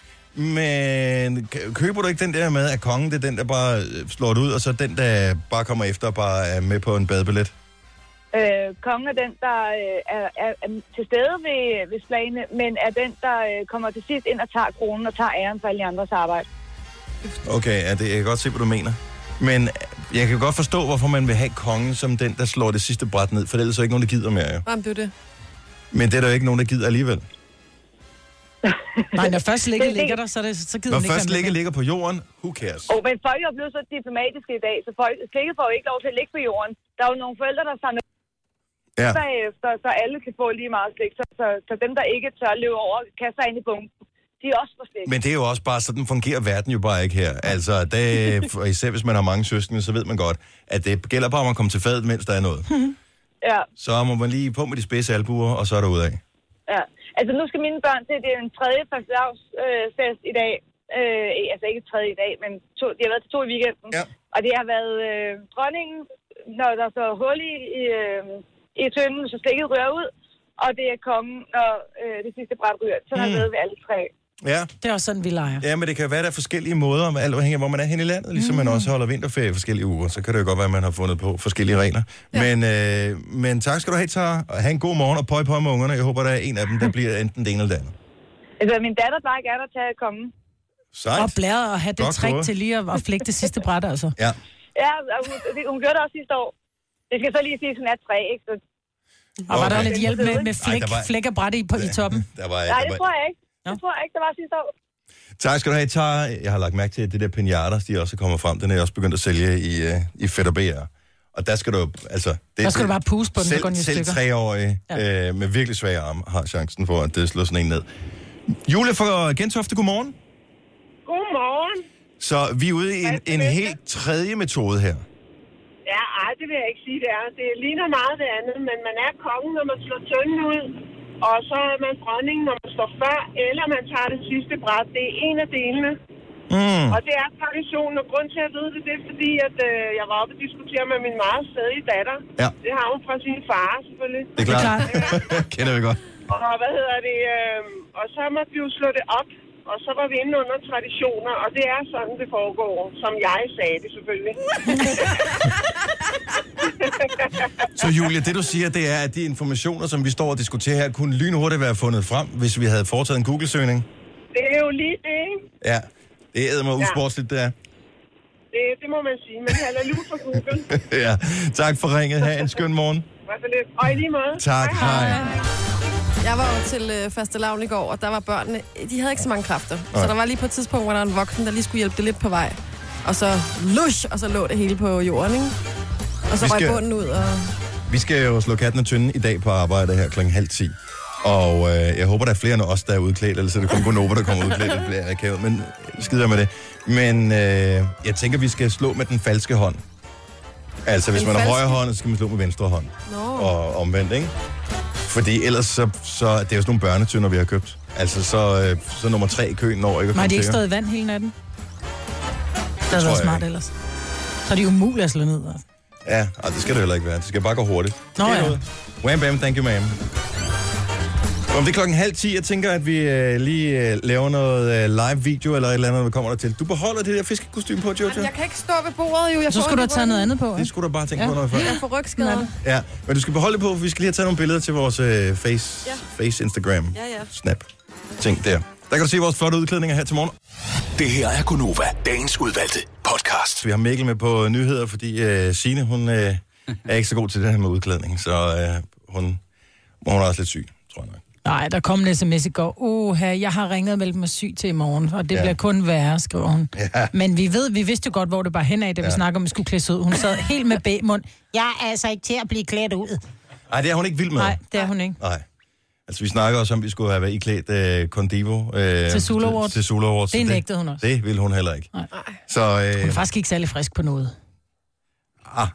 Men køber du ikke den der med, at kongen det er den, der bare slår det ud, og så den, der bare kommer efter og bare er med på en badebillet? Øh, kongen er den, der øh, er, er, er til stede ved, ved slagene, men er den, der øh, kommer til sidst ind og tager kronen og tager æren for alle de andres arbejde. Okay, ja, det, jeg kan godt se, hvad du mener. Men jeg kan godt forstå, hvorfor man vil have kongen som den, der slår det sidste bræt ned, for ellers er ikke nogen, der gider mere, jo. Jamen, det er det. Men det er der jo ikke nogen, der gider alligevel. Nej, når først ligger ligger der, så, det, så gider Når man ikke først ligger ligger på jorden, who cares? Oh, men folk er blevet så diplomatiske i dag, så folk, slikket får jo ikke lov til at ligge på jorden. Der er jo nogle forældre, der samler ja. bagefter, så alle kan få lige meget slik. Så, så, så dem, der ikke tør løbe over, kaster ind i bunken. De er også for slik. Men det er jo også bare, sådan fungerer verden jo bare ikke her. Altså, det, især hvis man har mange søskende, så ved man godt, at det gælder bare om at komme til fadet, mens der er noget. Ja. Så må man lige på med de spidse albuer, og så er der ud af. Ja. Altså, nu skal mine børn til, det er en tredje fødselsdagsfest øh, i dag. Øh, altså, ikke tredje i dag, men to, de har været til to i weekenden. Ja. Og det har været øh, dronningen, når der står hul i, i, øh, i tønden, så slikket ryger ud. Og det er kongen, når øh, det sidste bræt ryger. Så har mm. været ved alle tre. Ja. Det er også sådan, vi leger. Ja, men det kan være, der er forskellige måder, om alt afhængig af, hvor man er hen i landet. Ligesom mm. man også holder vinterferie i forskellige uger, så kan det jo godt være, at man har fundet på forskellige regler. Ja. Men, øh, men tak skal du have, Tara. Ha' en god morgen og pøj på med ungerne. Jeg håber, der er en af dem, der bliver enten det ene eller det andet. Altså, min datter plejer gerne at tage kongen. Sejt. Og blære og have det Godt trick gået. til lige at, at flække det sidste bræt, altså. Ja. Ja, hun, hun gjorde det også sidste år. Det skal så lige sige, at hun er tre, ikke? Så... Og var Okay. der lidt hjælp med, med flæk, Ej, der var- flæk og bræt i, på, i toppen? Der var, Nej, der det var... tror jeg ikke. Det tror jeg ikke, der var sidste år. Tak skal du have, Tara. Jeg har lagt mærke til, at det der pinatas, de også er kommet frem. Den er jeg også begyndt at sælge i, uh, i Fætter B R. Og der skal du, altså... Det, Der skal du bare puste på den, selv, så går den i selv stykker. treårige ja. øh, med virkelig svage arme har chancen for at det slår sådan en ned. Julie fra Gentofte, godmorgen. Godmorgen. Så vi er ude i en, en helt tredje metode her. Ja, ej, det vil jeg ikke sige, det er. Det ligner meget det andet, men man er kongen, når man slår tønden ud, og så er man dronning, når man står før, eller man tager det sidste bræt. Det er en af delene. Mm. Og det er traditionen, og grund til at vide det, det er fordi, at øh, jeg var oppe og diskutere med min meget stadige datter. Ja. Det har hun fra sin far, selvfølgelig. Det er klart. Kender vi godt. Og hvad hedder det? Øh, og så måtte vi jo slå det op, og så var vi inde under traditioner, og det er sådan, det foregår, som jeg sagde det selvfølgelig. Så Julia, det du siger, det er, at de informationer, som vi står og diskuterer her, kunne lynhurtigt være fundet frem, hvis vi havde foretaget en Google-søgning? Det er jo lige det, ikke? Ja, det æder mig usportsligt, det er. Det, det må man sige, men halleluja for Google. Ja, tak for ringet. Ha' en skøn morgen. I hvert fald lidt. Og i lige måde. Tak, hej. Jeg var jo til øh, fastelavn i går, og der var børnene, de havde ikke så mange kræfter. Nej. Så der var lige på et tidspunkt, hvor der var en voksen, der lige skulle hjælpe det lidt på vej. Og så lush, og så lå det hele på jorden, ikke? Og så Vi røg skal- bunden ud, og... Vi skal jo slå katten af tynden i dag på arbejde her klokken halv ti. Og øh, jeg håber, der er flere end os, der er udklædt, ellers er det kun Gonova, der kommer udklædt, det bliver akavet, men skider med det. Men øh, jeg tænker, vi skal slå med den falske hånd. Altså, hvis Den man har falske? højre hånd, så skal man slå med venstre hånd. Nå. Og omvendt, ikke? Fordi ellers så, så det er jo sådan nogle børnetynder, vi har købt. Altså, så, øh, så nummer tre i køen når ikke at Nej, komme de ikke til. stået i vand hele natten. Det tror havde været jeg smart ikke. ellers. Så er det umuligt at slå ned. Altså. Ja, og det skal det heller ikke være. Det skal bare gå hurtigt. Nå Helt ja. ud. Wham bam, thank you ma'am. Om det er klokken halv ti, jeg tænker, at vi øh, lige øh, laver noget øh, live-video eller et eller andet, når vi kommer der til. Du beholder det der fiskekostyme på, Jojo? Jeg kan ikke stå ved bordet, jo. Jeg Så får skulle du ondt have i taget ryggen. noget andet på. Det Ikke? skulle du bare tænke Ja. på noget før. Jeg får rygskader. Ja, men du skal beholde det på, for vi skal lige have taget nogle billeder til vores øh, face, Ja. face Instagram, Ja, ja. Snap, ting der. Der kan du se vores flotte udklædninger her til morgen. Det her er Gonova, dagens udvalgte podcast. Vi har Mikkel med på nyheder, fordi øh, Signe, hun øh, er ikke så god til det her med udklædning, så øh, hun, hun er også lidt syg, tror jeg nok. Nej, der kom en sms i går. Uha, jeg har ringet og meldt mig syg til i morgen, og det Ja. ja. bliver kun værre, skriver hun. Ja. Men vi ved, vi vidste jo godt, hvor det bare hen af, da ja. vi snakker om, at vi skulle klædes ud. Hun sad helt med bæmund. Jeg er altså ikke til at blive klædt ud. Nej, det er hun ikke vild med. Nej, det er hun ikke. Nej. Altså, vi snakker også om, at vi skulle have været iklædt øh, Condivo. Øh, Til Zulu Awards. Til Zulu Awards. Det så nægtede hun også. Det ville hun heller ikke. Nej. Så, øh, Hun er faktisk ikke særlig frisk på noget. ah,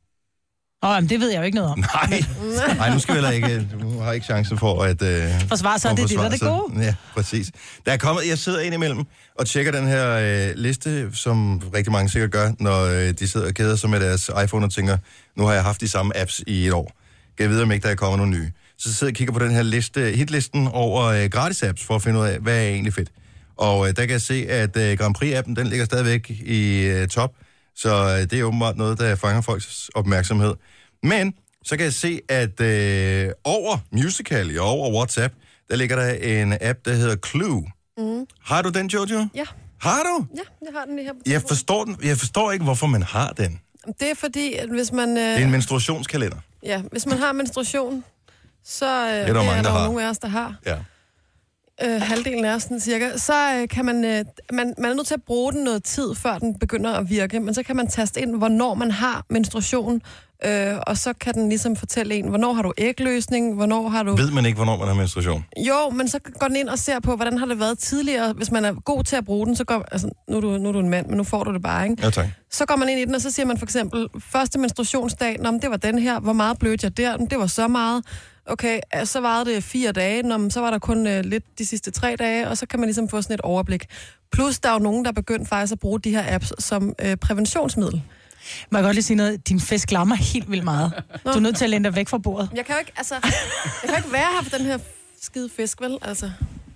Åh, men det ved jeg jo ikke noget om. nej. Nej, nu skal vi heller ikke. Du har ikke chance for at... Øh, Forsvar sig, at det er det, der er forsvare det sig. gode. Ja, præcis. Der er kommet, jeg sidder ind imellem og tjekker den her øh, liste, som rigtig mange sikkert gør, når øh, de sidder og keder sig med deres iPhone og tænker, nu har jeg haft de samme apps i et år. Kan jeg vide, om ikke der er kommet nogle nye. Så sidder jeg og kigger på den her liste, hitlisten over øh, gratis apps, for at finde ud af, hvad er egentlig fedt. Og øh, der kan jeg se, at øh, Grand Prix-appen, den ligger stadigvæk i øh, top. Så øh, det er åbenbart noget, der fanger folks opmærksomhed. Men så kan jeg se, at øh, over Musical.ly og over WhatsApp, der ligger der en app, der hedder Clue. Mm. Har du den, Jojo? Ja. Har du? Ja, jeg har den lige her. på Jeg telefonen. forstår, den. Jeg forstår ikke, hvorfor man har den. Det er fordi, at hvis man... Øh, Det er en menstruationskalender. Ja, hvis man har menstruation, så øh, det der er mange, der, der der har. nogle af os, der har. Ja. Øh, halvdelen af os, sådan cirka. Så øh, kan man, øh, man... Man er nødt til at bruge den noget tid, før den begynder at virke. Men så kan man taste ind, hvornår man har menstruation. Øh, og så kan den ligesom fortælle en, hvornår har du ægløsning, hvornår har du... Ved man ikke, hvornår man har menstruation? Jo, men så går den ind og ser på, hvordan har det været tidligere. Hvis man er god til at bruge den, så går... Altså, nu er du, nu er du en mand, men nu får du det bare, ikke? Ja, tak. Så går man ind i den, og så siger man for eksempel, første menstruationsdag, nå, men det var den her, hvor meget blødte jeg der? Det var så meget. Okay, så varede det fire dage, nå, men så var der kun øh, lidt de sidste tre dage, og så kan man ligesom få sådan et overblik. Plus, der er jo nogen, der er begyndt faktisk at bruge de her apps som øh, præventionsmiddel. Må jeg godt lige sige noget? Din fisk lammer helt vildt meget. Du er nødt til at lænde dig væk fra bordet. Jeg kan jo ikke, altså, jeg kan jo ikke være her for den her skide fisk, vel? Altså.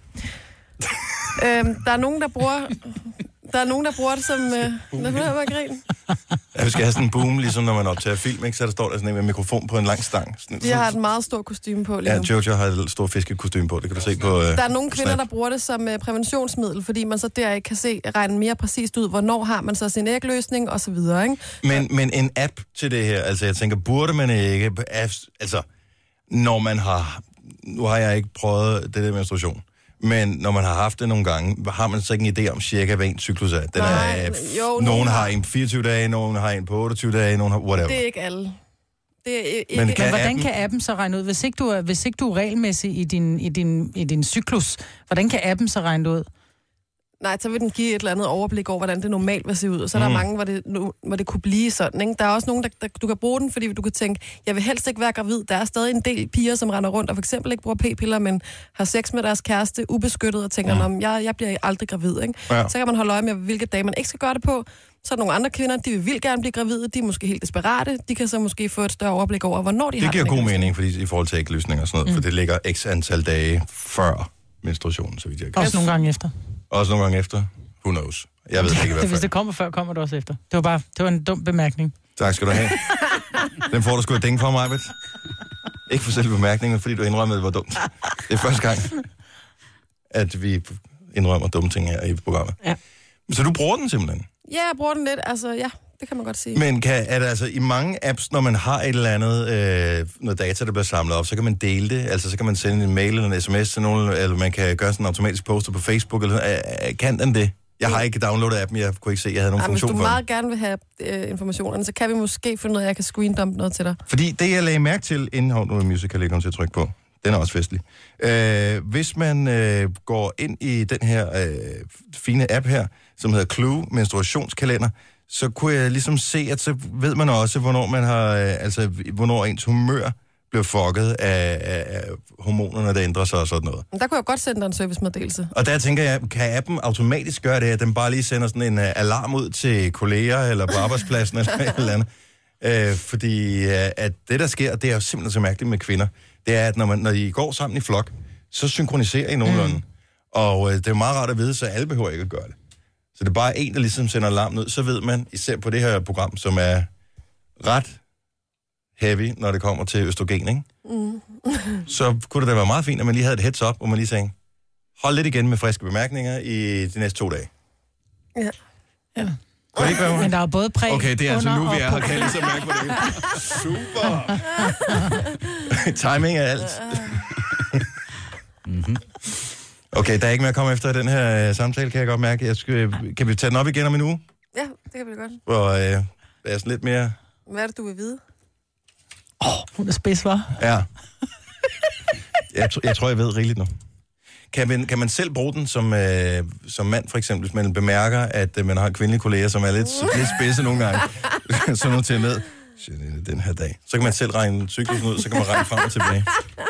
øhm, der er nogen, der bruger... Der er nogen, der bruger det som... Øh, Lad mig bare grine. Ja, vi skal have sådan en boom, ligesom når man optager film, ikke? Så der står der sådan en med mikrofon på en lang stang. Sådan, De har et meget stort kostume på lige Ja, nu. Jojo har et stort fiskekostyme på, det kan du se på... Øh, Der er nogle kvinder, Snap. der bruger det som øh, præventionsmiddel, fordi man så der ikke kan se, regne mere præcist ud, hvornår har man så sin ægløsning og så videre, ikke? Men, men en app til det her, altså jeg tænker, burde man ikke... Apps, altså, når man har... Nu har jeg ikke prøvet det der menstruation, men når man har haft det nogle gange, har man så ikke en idé om cirka, hvad en cyklus er? Den Nej, er jo, nogen nogen har har- en fireogtyve dage, nogen har en på otteogtyve dage, nogen har whatever. Det er ikke alle. Det er ikke... Men Men kan hvordan appen- kan appen så regne ud? Hvis ikke du er, hvis ikke du er regelmæssig i din, i, din, i din cyklus, hvordan kan appen så regne det ud? Nej, så vil den give et eller andet overblik over, hvordan det normalt vil se ud. Og så er der Mm. mange, hvor det, nu, hvor det kunne blive sådan, ikke? Der er også nogen, der, der du kan bruge den, fordi du kan tænke, jeg vil helst ikke være gravid. Der er stadig en del piger, som render rundt og for eksempel ikke bruger p-piller, men har sex med deres kæreste ubeskyttet og tænker, mm. jeg, jeg bliver aldrig gravid, ikke? Ja. Så kan man holde øje med, hvilke dage man ikke skal gøre det på. Så er der nogle andre kvinder, de vil vildt gerne blive gravide, de er måske helt desperate, de kan så måske få et større overblik over, hvornår de Det har giver den god ægløsning. mening, fordi i forhold til ægløsning og sådan noget, mm. for det ligger x antal dage før menstruationen, så vidt jeg kan. Også nogle gange efter. Også nogle gange efter. Who knows? Jeg ved det ikke i hvert Hvis fald. det kommer før, kommer det også efter. Det var bare det var en dum bemærkning. Tak skal du have. Den får du sgu et ding for mig, Britt. Ikke for selve bemærkningen, fordi du indrømmede, det var dumt. Det er første gang, at vi indrømmer dumme ting her i programmet. Ja. Så du bruger den simpelthen? Ja, jeg bruger den lidt, altså ja, det kan man godt sige. Men kan, er det altså i mange apps, når man har et eller andet, øh, noget data, der bliver samlet op, så kan man dele det? Altså så kan man sende en mail eller en sms til nogen, eller man kan gøre sådan en automatisk poster på Facebook, eller sådan. Øh, kan den det? Jeg har ikke downloadet appen, jeg kunne ikke se, at jeg havde nogen Ej, hvis funktion du for den. meget gerne vil have øh, informationerne, så kan vi måske finde ud af, at jeg kan screendump noget til dig. Fordi det, jeg lagde mærke til, inden hov, nu er Musical.ly kommet til at trykke på, Den er også festlig. Øh, hvis man øh, går ind i den her øh, fine app her, som hedder Clue, menstruationskalender, så kunne jeg ligesom se, at så ved man også, hvornår man har, øh, altså, hvornår ens humør bliver fucket af, af, af hormonerne, der ændrer sig og sådan noget. Der kunne jeg godt sende dig en servicemeddelelse. Og der tænker jeg, kan appen automatisk gøre det, at den bare lige sender sådan en uh, alarm ud til kolleger, eller på arbejdspladsen, eller et eller andet. Uh, fordi uh, at det, der sker, det er jo simpelthen så mærkeligt med kvinder, det er, at når, man, når I går sammen i flok, så synkroniserer I nogenlunde. Mm. Og uh, det er meget rart at vide, så alle behøver ikke at gøre det. Så det er bare en, der ligesom sender alarmen ud, så ved man, især på det her program, som er ret heavy, når det kommer til østrogen, ikke? Mm. Så kunne det da være meget fint, at man lige havde et heads up, hvor man lige sagde, hold lidt igen med friske bemærkninger i de næste to dage. Ja. Ja. Kunne det ikke være? Men der er både præg, okay, det er altså nu, vi er her, og kan jeg lige så mærke på det. Super! Timing er alt. mm-hmm. Okay, der er ikke mere at komme efter den her uh, samtale, kan jeg godt mærke. Jeg skal, kan vi tage den op igen om en uge? Ja, det kan vi godt. Hvor uh, der er sådan lidt mere... Hvad er det, du vil vide? Åh, oh, hun er spids, hva'? Ja. Jeg, t- jeg tror, jeg ved rigeligt nu. Kan man, kan man selv bruge den som, øh, som mand, for eksempel, hvis man bemærker, at øh, man har kvindelige kolleger, som er lidt, lidt spidse nogle gange, så nu til ned, den her dag. Så kan man selv regne cyklusen ud, så kan man regne frem og tilbage.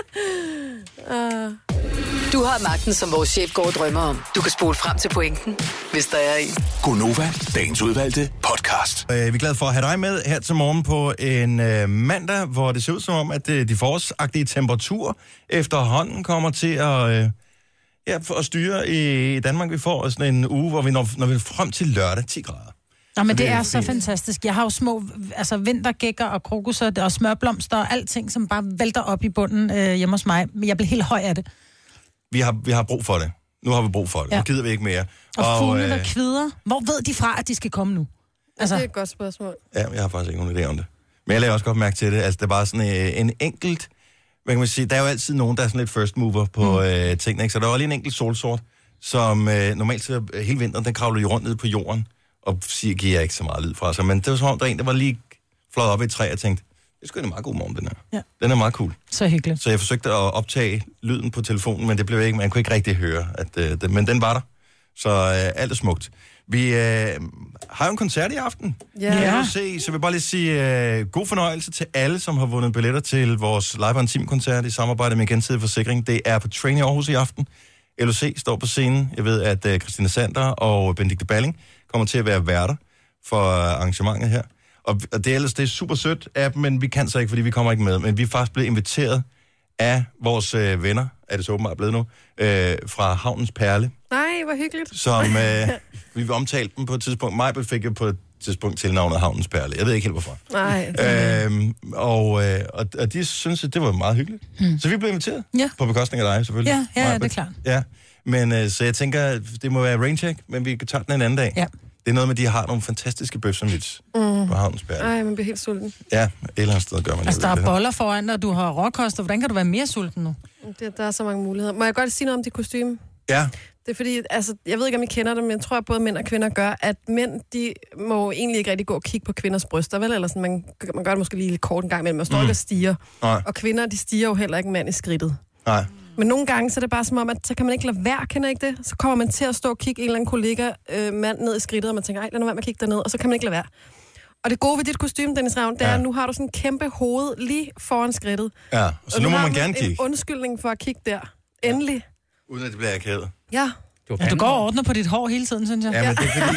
Du har magten, som vores chef går og drømmer om. Du kan spole frem til pointen, hvis der er en. Gonova, dagens udvalgte podcast. Øh, vi er glade for at have dig med her til morgen på en øh, mandag, hvor det ser ud som om, at øh, de forårsagtige temperaturer efterhånden kommer til at, øh, ja, at styre i Danmark. Vi får sådan en uge, hvor vi når, når vi frem til lørdag ti grader. Nå, men så det, det er, er så fint. Fantastisk. Jeg har jo små altså vintergækker og krokusser og smørblomster og alting, som bare vælter op i bunden øh, hjemme hos mig. Men jeg bliver helt høj af det. Vi har, vi har brug for det. Nu har vi brug for det. Ja. Nu gider vi ikke mere. Og, og fugle, der øh... kvider. Hvor ved de fra, at de skal komme nu? Altså... Det er et godt spørgsmål. Ja, jeg har faktisk ikke nogen idé om det. Men jeg lader også godt mærke til det. Altså, det er bare sådan øh, en enkelt... Hvad kan man sige? Der er jo altid nogen, der er sådan lidt first mover på mm. øh, tingene. Ikke? Så der var lige en enkelt solsort, som øh, normalt så hele vinteren, den kravler jo rundt ned på jorden, og siger, giver ikke så meget lyd fra sig. Men det var som om, der er en, der var lige fløjet op i et træ og tænkte, det er sgu en meget god morgen, den her. Ja. Den er meget cool. Så hyggeligt. Så jeg forsøgte at optage lyden på telefonen, men det blev ikke, man kunne ikke rigtig høre, at, øh, det, men den var der. Så øh, alt er smukt. Vi øh, har jo en koncert i aften. Ja. Kan du se, så jeg vil bare lige sige øh, god fornøjelse til alle, som har vundet billetter til vores live on team-koncert i samarbejde med Gensidig Forsikring. Det er på Train i Aarhus i aften. L O C står på scenen. Jeg ved, at øh, Christina Sander og Benedikte Balling kommer til at være værter for arrangementet her. Og, og det er ellers det er super sødt af dem, men vi kan så ikke, fordi vi kommer ikke med. Men vi er faktisk blevet inviteret af vores øh, venner, er det så åbenbart blevet nu, øh, fra Havnens Perle. Nej, hvor hyggeligt. Som øh, vi vil omtale dem på et tidspunkt. Majbel fik jo på et tidspunkt tilnavnet Havnens Perle. Jeg ved ikke helt hvorfor. Nej. Øhm, og, øh, og, og de synes, at det var meget hyggeligt. Hmm. Så vi blev inviteret. Ja. På bekostning af dig, selvfølgelig. Ja, ja, ja, det er klart. Ja. Men øh, så jeg tænker, det må være raincheck, men vi kan tage den en anden dag. Ja. Det er noget med, at de har nogle fantastiske bøfsandwich mm. på Havnens Perle. Ej, man bliver helt sulten. Ja, et eller andet sted gør man altså, det. Altså, der er boller foran dig, du har råkost, og hvordan kan du være mere sulten nu? Det, der er så mange muligheder. Må jeg godt sige noget om det kostume? Ja. Det er fordi, altså, jeg ved ikke, om I kender det, men jeg tror, at både mænd og kvinder gør, at mænd, de må egentlig ikke rigtig gå og kigge på kvinders bryster, vel? Eller sådan, man, man gør det måske lige lidt kort en gang imellem, man står mm. ikke og stiger. Nej. Og kvinder, de stiger jo heller ikke mand i skridtet. Nej. Men nogle gange, så er det bare som om, at så kan man ikke lade være, kender ikke det? Så kommer man til at stå og kigge en eller anden kollega øh, mand ned i skridtet, og man tænker, ej, lad nu være med at kigge derned, og så kan man ikke lade være. Og det gode ved dit kostume, Dennis Ravn, det er, ja. at nu har du sådan en kæmpe hoved lige foran skridtet. Ja, så og nu må man har gerne kigge. En undskyldning for at kigge der. Endelig. Ja. Uden at det bliver akavet. Ja. Du, ja, du går og ordner på dit hår hele tiden, synes jeg. Ja, men det er fordi,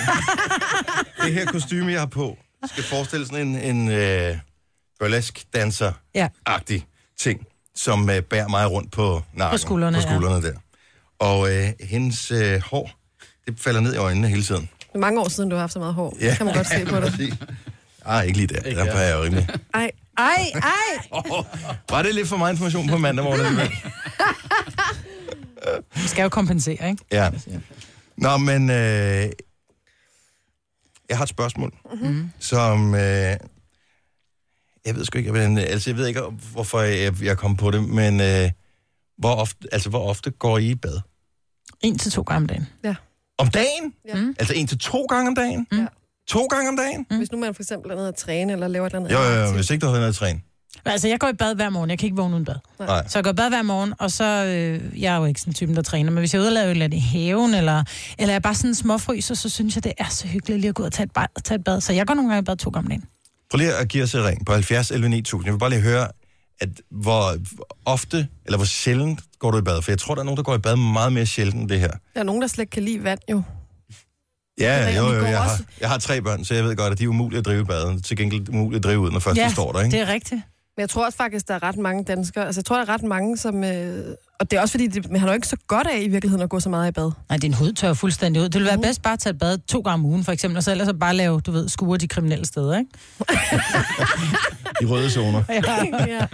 det her kostume, jeg har på, skal forestille sådan en, en øh, burlesk danser-agtig ja. ting, som øh, bærer mig rundt på nakken. På skuldrene, på skuldrene ja. der. Og øh, hendes øh, hår, det falder ned i øjnene hele tiden. Det er mange år siden, du har haft så meget hår. Ja. Det kan man godt se på dig. Ej, ikke lige der. Ikke der er jeg jo rimelig. Ej, ej, ej! Oh, var det lidt for meget information på mandag morgen? Du skal jo kompensere, ikke? Ja. Nå, men øh, jeg har et spørgsmål, mm-hmm. som øh, jeg ved sgu ikke, men, altså jeg ved ikke, hvorfor jeg, jeg kom på det, men øh, hvor ofte, altså hvor ofte går I i bad? En til to gange om dagen. Ja. Om dagen? Ja. Mm. Altså en til to gange om dagen? Ja. To gange om dagen? Mm. Hvis nu man for eksempel er nede at træne, eller laver et eller andet. Jo, jo, jo, hvis ikke du har været nede at træne. Altså, jeg går i bad hver morgen. Jeg kan ikke vågne uden bad. Nej. Så jeg går i bad hver morgen, og så... Øh, jeg er jo ikke sådan en typen, der træner, men hvis jeg er ude og lave et eller andet i haven, eller, eller jeg er bare sådan en småfryser, så synes jeg, det er så hyggeligt lige at gå ud og tage et, bad, tage et bad. Så jeg går nogle gange i bad to gange om dagen. Prøv lige at give os et ring på halvfjerds elleve ni tusind. Jeg vil bare lige høre, at hvor ofte, eller hvor sjældent går du i bad? For jeg tror, der er nogen, der går i bad meget mere sjældent end det her. Der er nogen, der slet ikke kan lide vand, jo. Ja, jo, jo, jeg har, jeg har tre børn, så jeg ved godt, at de er umulige at drive i baden. Til gengæld umuligt at drive ud, når først ja, de står der, ikke? det er rigtigt. Men jeg tror også faktisk, der er ret mange danskere. Altså, jeg tror, der er ret mange, som... Øh, og det er også fordi, det, man har jo ikke så godt af i virkeligheden at gå så meget i bad. Nej, din hud tørrer fuldstændig ud. Det vil være bedst bare at tage et bad to gange om ugen, for eksempel, og så ellers bare lave, du ved, skure de kriminelle steder, ikke? I røde zoner. Ja.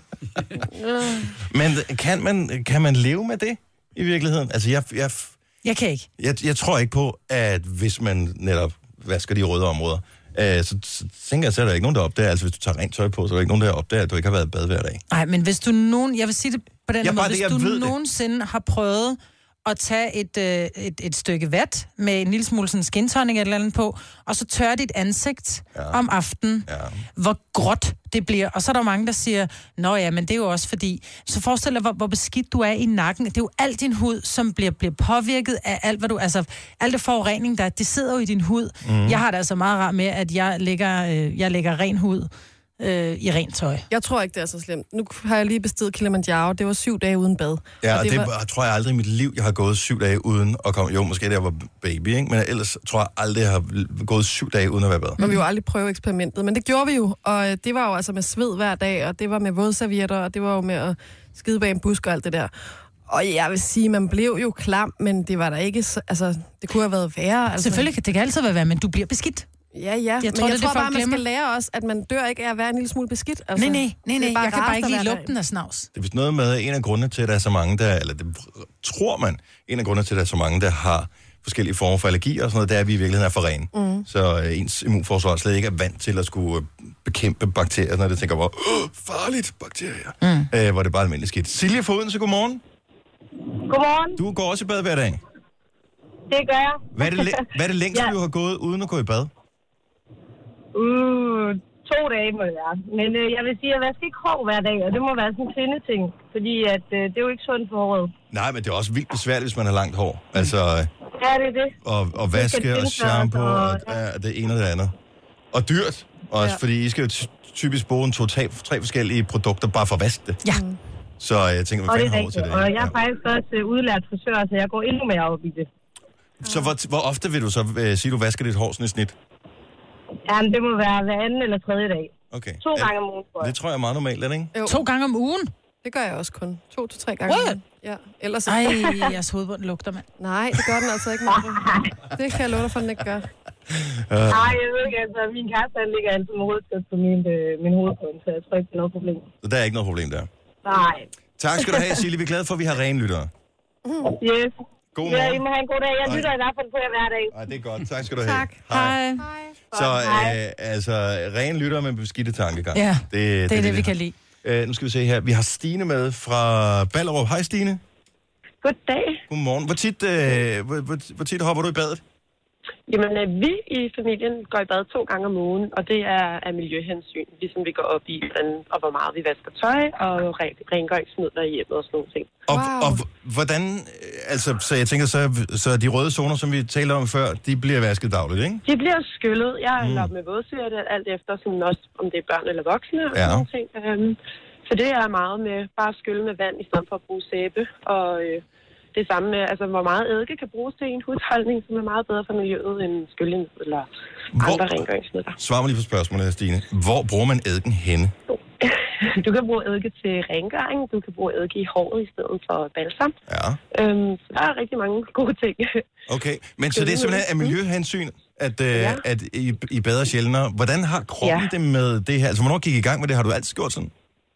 Men kan man, kan man leve med det i virkeligheden? Altså, jeg... jeg Jeg kan ikke. Jeg, jeg tror ikke på, at hvis man netop vasker de røde områder, øh, så, så tænker jeg, så er der ikke nogen, der opdager, altså hvis du tager rent tøj på, så er der ikke nogen, der opdager, at du ikke har været i bad hver dag. Nej, men hvis du nogen, jeg vil sige det på den ja, måde, det, hvis du nogensinde har prøvet at tage et, øh, et, et stykke vat med en lille smule sådan skintonic eller andet på, og så tørre dit ansigt ja. om aftenen, ja. hvor gråt det bliver. Og så er der mange, der siger, nå ja, men det er jo også fordi, så forestil dig, hvor, hvor beskidt du er i nakken. Det er jo alt din hud, som bliver, bliver påvirket af alt, hvad du, altså alt det forurening, der det sidder jo i din hud. Mm. Jeg har det altså meget rart med, at jeg lægger, øh, jeg lægger ren hud øh, i rent tøj. Jeg tror ikke, det er så slemt. Nu har jeg lige bestiget Kilimanjaro. Det var syv dage uden bad. Ja, og, og det, det var... var, tror jeg aldrig i mit liv, jeg har gået syv dage uden at komme... Jo, måske da jeg var baby, ikke? Men ellers tror jeg aldrig, jeg har gået syv dage uden at være bad. Men vi jo aldrig prøve eksperimentet. Men det gjorde vi jo, og det var jo altså med sved hver dag, og det var med vådservietter, og det var jo med at skide bag en busk og alt det der. Og jeg vil sige, man blev jo klam, men det var der ikke... Så, altså, det kunne have været værre. Altså. Selvfølgelig, det kan altid være værre, men du bliver beskidt. Ja, ja, jeg men tror, jeg det, tror det, bare, man skal lære os, at man dør ikke af at være en lille smule beskidt. Altså, nej, nej, nej, nej. Jeg kan bare ikke lide lugten af snavs. Det er vist noget med, en af grundene til, at der er så mange, der, eller det tror man, en af grundene til, at der er så mange, der har forskellige former for allergier og sådan noget, det er, at vi i virkeligheden er for rene. Mm. Så uh, ens immunforsvar slet ikke er vant til at skulle uh, bekæmpe bakterier, når det tænker, hvor uh, farligt bakterier, mm. uh, hvor det bare er almindeligt skidt. Silje Foden, så godmorgen. Godmorgen. Du går også i bad hver dag. Det gør jeg. Hvad er det, hvad er det længst, ja. du har gået uden at gå i bad? Uh, to dage må det være. Men øh, jeg vil sige, at jeg vasker ikke hår hver dag, og det må være sådan en kvindeting. Fordi at, øh, det er jo ikke sundt for håret. Nej, men det er også vildt besværligt, hvis man har langt hår. Altså, ja, det er det. Og, og vaske og shampoo og, og ja. det ene og det andet. Og dyrt også, ja. fordi I skal jo typisk bruge en to, tre, tre forskellige produkter bare for at vaske det. Ja. Så jeg tænker, hvad fanden har over til det? Og jeg er ja. faktisk også uh, udlært frisør, så jeg går endnu mere op i det. Så hvor, hvor ofte vil du så uh, sige, du vasker dit hår sådan i snit? Jamen, det må være hver anden eller tredje dag. Okay. To gange om ugen, tror jeg. Det tror jeg er meget normalt, er det ikke? Jo. To gange om ugen? Det gør jeg også kun. To til tre gange om ugen. Ja, ellers... Ej, jeres hovedbund lugter, mand. Nej, det gør den altså ikke, Martin. Det kan jeg love dig for, den ikke gør. Nej, jeg ved ikke, altså, min kæreste, han ligger altid med hovedstød på min, øh, min hovedbund, så jeg tror ikke, det er noget problem. Så der er ikke noget problem der? Nej. Tak skal du have, Silje. Vi er glade for, at vi har rene lyttere. Yes. God morgen. Ja, I må have en god dag. Jeg Ej. lytter i hvert fald på jer hver dag. Nej, det er godt. Tak skal du have. Tak. Hej. Hej. Så øh, altså, ren lytter med beskidte tankegang. Ja, det, det, det er det, det vi kan lide. Uh, nu skal vi se her. Vi har Stine med fra Ballerup. Hej, Stine. Goddag. Godmorgen. Hvor tit, uh, hvor, hvor, hvor tit hopper du i badet? Jamen, vi i familien går i bad to gange om ugen, og det er af miljøhensyn, ligesom vi går op i, hvordan og hvor meget vi vasker tøj og rengøringsmidler i hjemmet og sådan nogle ting. Og, wow. og hvordan, altså, så jeg tænker, så, så de røde zoner, som vi talte om før, de bliver vasket dagligt, ikke? De bliver skyllet. Jeg er mm. op med vådsyre, alt efter, sådan også, om det er børn eller voksne og ja. sådan nogle ting. Um, så det er meget med bare at skylle med vand, i stedet for at bruge sæbe, og... Øh, det samme med, altså, hvor meget eddike kan bruges til en hudholdning, som er meget bedre for miljøet end skylling eller hvor, andre rengøringsmidler. Svar mig lige på spørgsmålet, Stine. Hvor bruger man eddiken henne? Du kan bruge eddike til rengøring, du kan bruge eddike i håret i stedet for balsam. Ja. Øhm, så der er rigtig mange gode ting. Okay, men så det er simpelthen af miljøhensyn, at, øh, ja. at I, I bader sjældnere. Hvordan har kroppen ja. det med det her? Altså, hvornår gik I gang med det? Har du altid gjort sådan?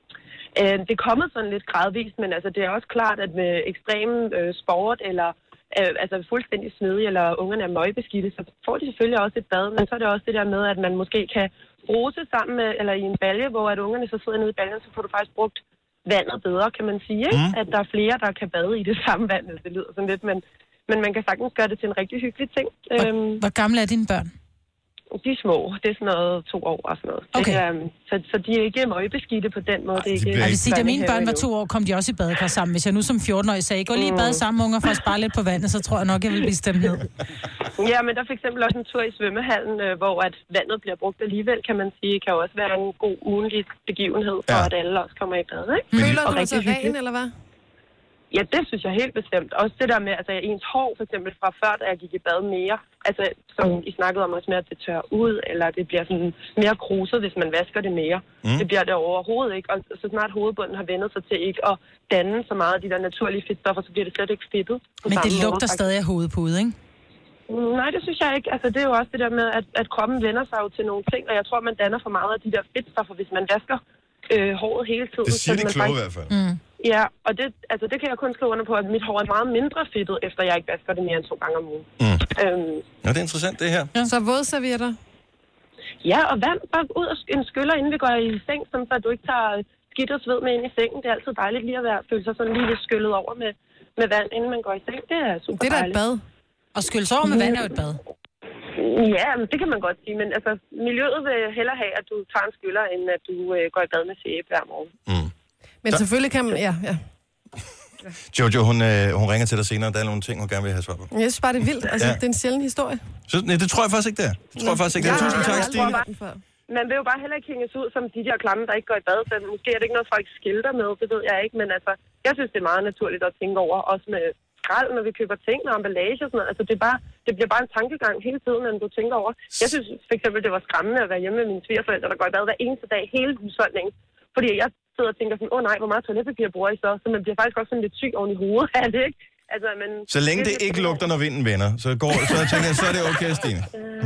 Det er kommet sådan lidt gradvist, men altså, det er også klart, at med ekstrem øh, sport eller øh, altså fuldstændig smidige, eller ungerne er møgbeskidte, så får de selvfølgelig også et bad, men så er det også det der med, at man måske kan rose sammen med, eller i en balje, hvor at ungerne så sidder nede i baljen, så får du faktisk brugt vandet bedre, kan man sige, ikke? Mm. At der er flere, der kan bade i det samme vand, det lyder sådan lidt, men, men man kan sagtens gøre det til en rigtig hyggelig ting. Hvor, hvor gamle er dine børn? de er små. Det er sådan noget to år og sådan noget. Okay. Det er, så, så de er ikke møgbeskidte på den måde. Ej, det er ikke, jeg vil sige, da mine børn var to år, kom de også i badekar sammen. Hvis jeg nu som fjorten-årig sagde, gå lige i bad sammen, unger, for at spare lidt på vandet, så tror jeg nok, jeg vil blive stemt ned. Ja, men der er for eksempel også en tur i svømmehallen, hvor at vandet bliver brugt alligevel, kan man sige, kan også være en god ugenlig begivenhed, for ja. At alle også kommer i bad, ikke? Føler du dig så ren, eller hvad? Ja, det synes jeg helt bestemt. Også det der med, altså ens hår for eksempel fra før, da jeg gik i bad mere, altså som I snakkede om også med, at det tørrer ud, eller det bliver sådan mere kruset, hvis man vasker det mere. Mm. Det bliver det overhovedet ikke, og så snart hovedbunden har vendt sig til ikke at danne så meget af de der naturlige fedtstoffer, så bliver det slet ikke fedtet. Men det lugter måde, stadig af hovedpude, ikke? Nej, det synes jeg ikke. Altså det er jo også det der med, at, at kroppen vender sig jo til nogle ting, og jeg tror, man danner for meget af de der fedtstoffer, hvis man vasker øh, håret hele tiden. Det siger de kloge i hvert fald. Mm. Ja, og det, altså, det kan jeg kun skrive under på, at mit hår er meget mindre fedtet, efter jeg ikke vasker det mere end to gange om ugen. Mm. Øhm, ja, det er interessant, det her. Ja. Så vådservietter? Ja, og vand bare ud og en skyller, inden vi går i seng, så du ikke tager skidt og sved med ind i sengen. Det er altid dejligt lige at være, føle sig sådan lige lidt skyllet over med, med vand, inden man går i seng. Det er super dejligt. Det er da et bad. Og skylles over med vand er jo et bad. Ja, men det kan man godt sige, men altså, miljøet vil hellere have, at du tager en skyller, end at du øh, går i bad med sæbe hver morgen. Mm. Men så... selvfølgelig kan man... Ja, ja. Jojo, hun, øh, hun ringer til dig senere, der er nogle ting, hun gerne vil have svar på. Jeg synes bare, det er vildt. Altså, ja. Det er en sjælden historie. Så, nej, det tror jeg faktisk ikke, det er. Det tror jeg faktisk ikke, det er. Tusind tak, Stine. Man vil jo bare heller ikke hænges ud som de der klamme, der ikke går i bad. Så måske er det ikke noget, folk skilter med, det ved jeg ikke. Men altså, jeg synes, det er meget naturligt at tænke over, også med skrald, når vi køber ting og emballage og sådan noget. Altså, det, er bare, det bliver bare en tankegang hele tiden, når du tænker over. Jeg synes for eksempel, det var skræmmende at være hjemme med mine svigerforældre, der går i bad hver eneste dag, hele husholdningen. Fordi jeg sidder og tænker sådan, åh oh, nej, hvor meget toiletpapir bruger I så? Så man bliver faktisk også sådan lidt syg oven i hovedet af det, ikke? Altså, men, så længe det, det ikke lugter, når vinden vender, så, går, så jeg tænker jeg, så er det okay, Stine.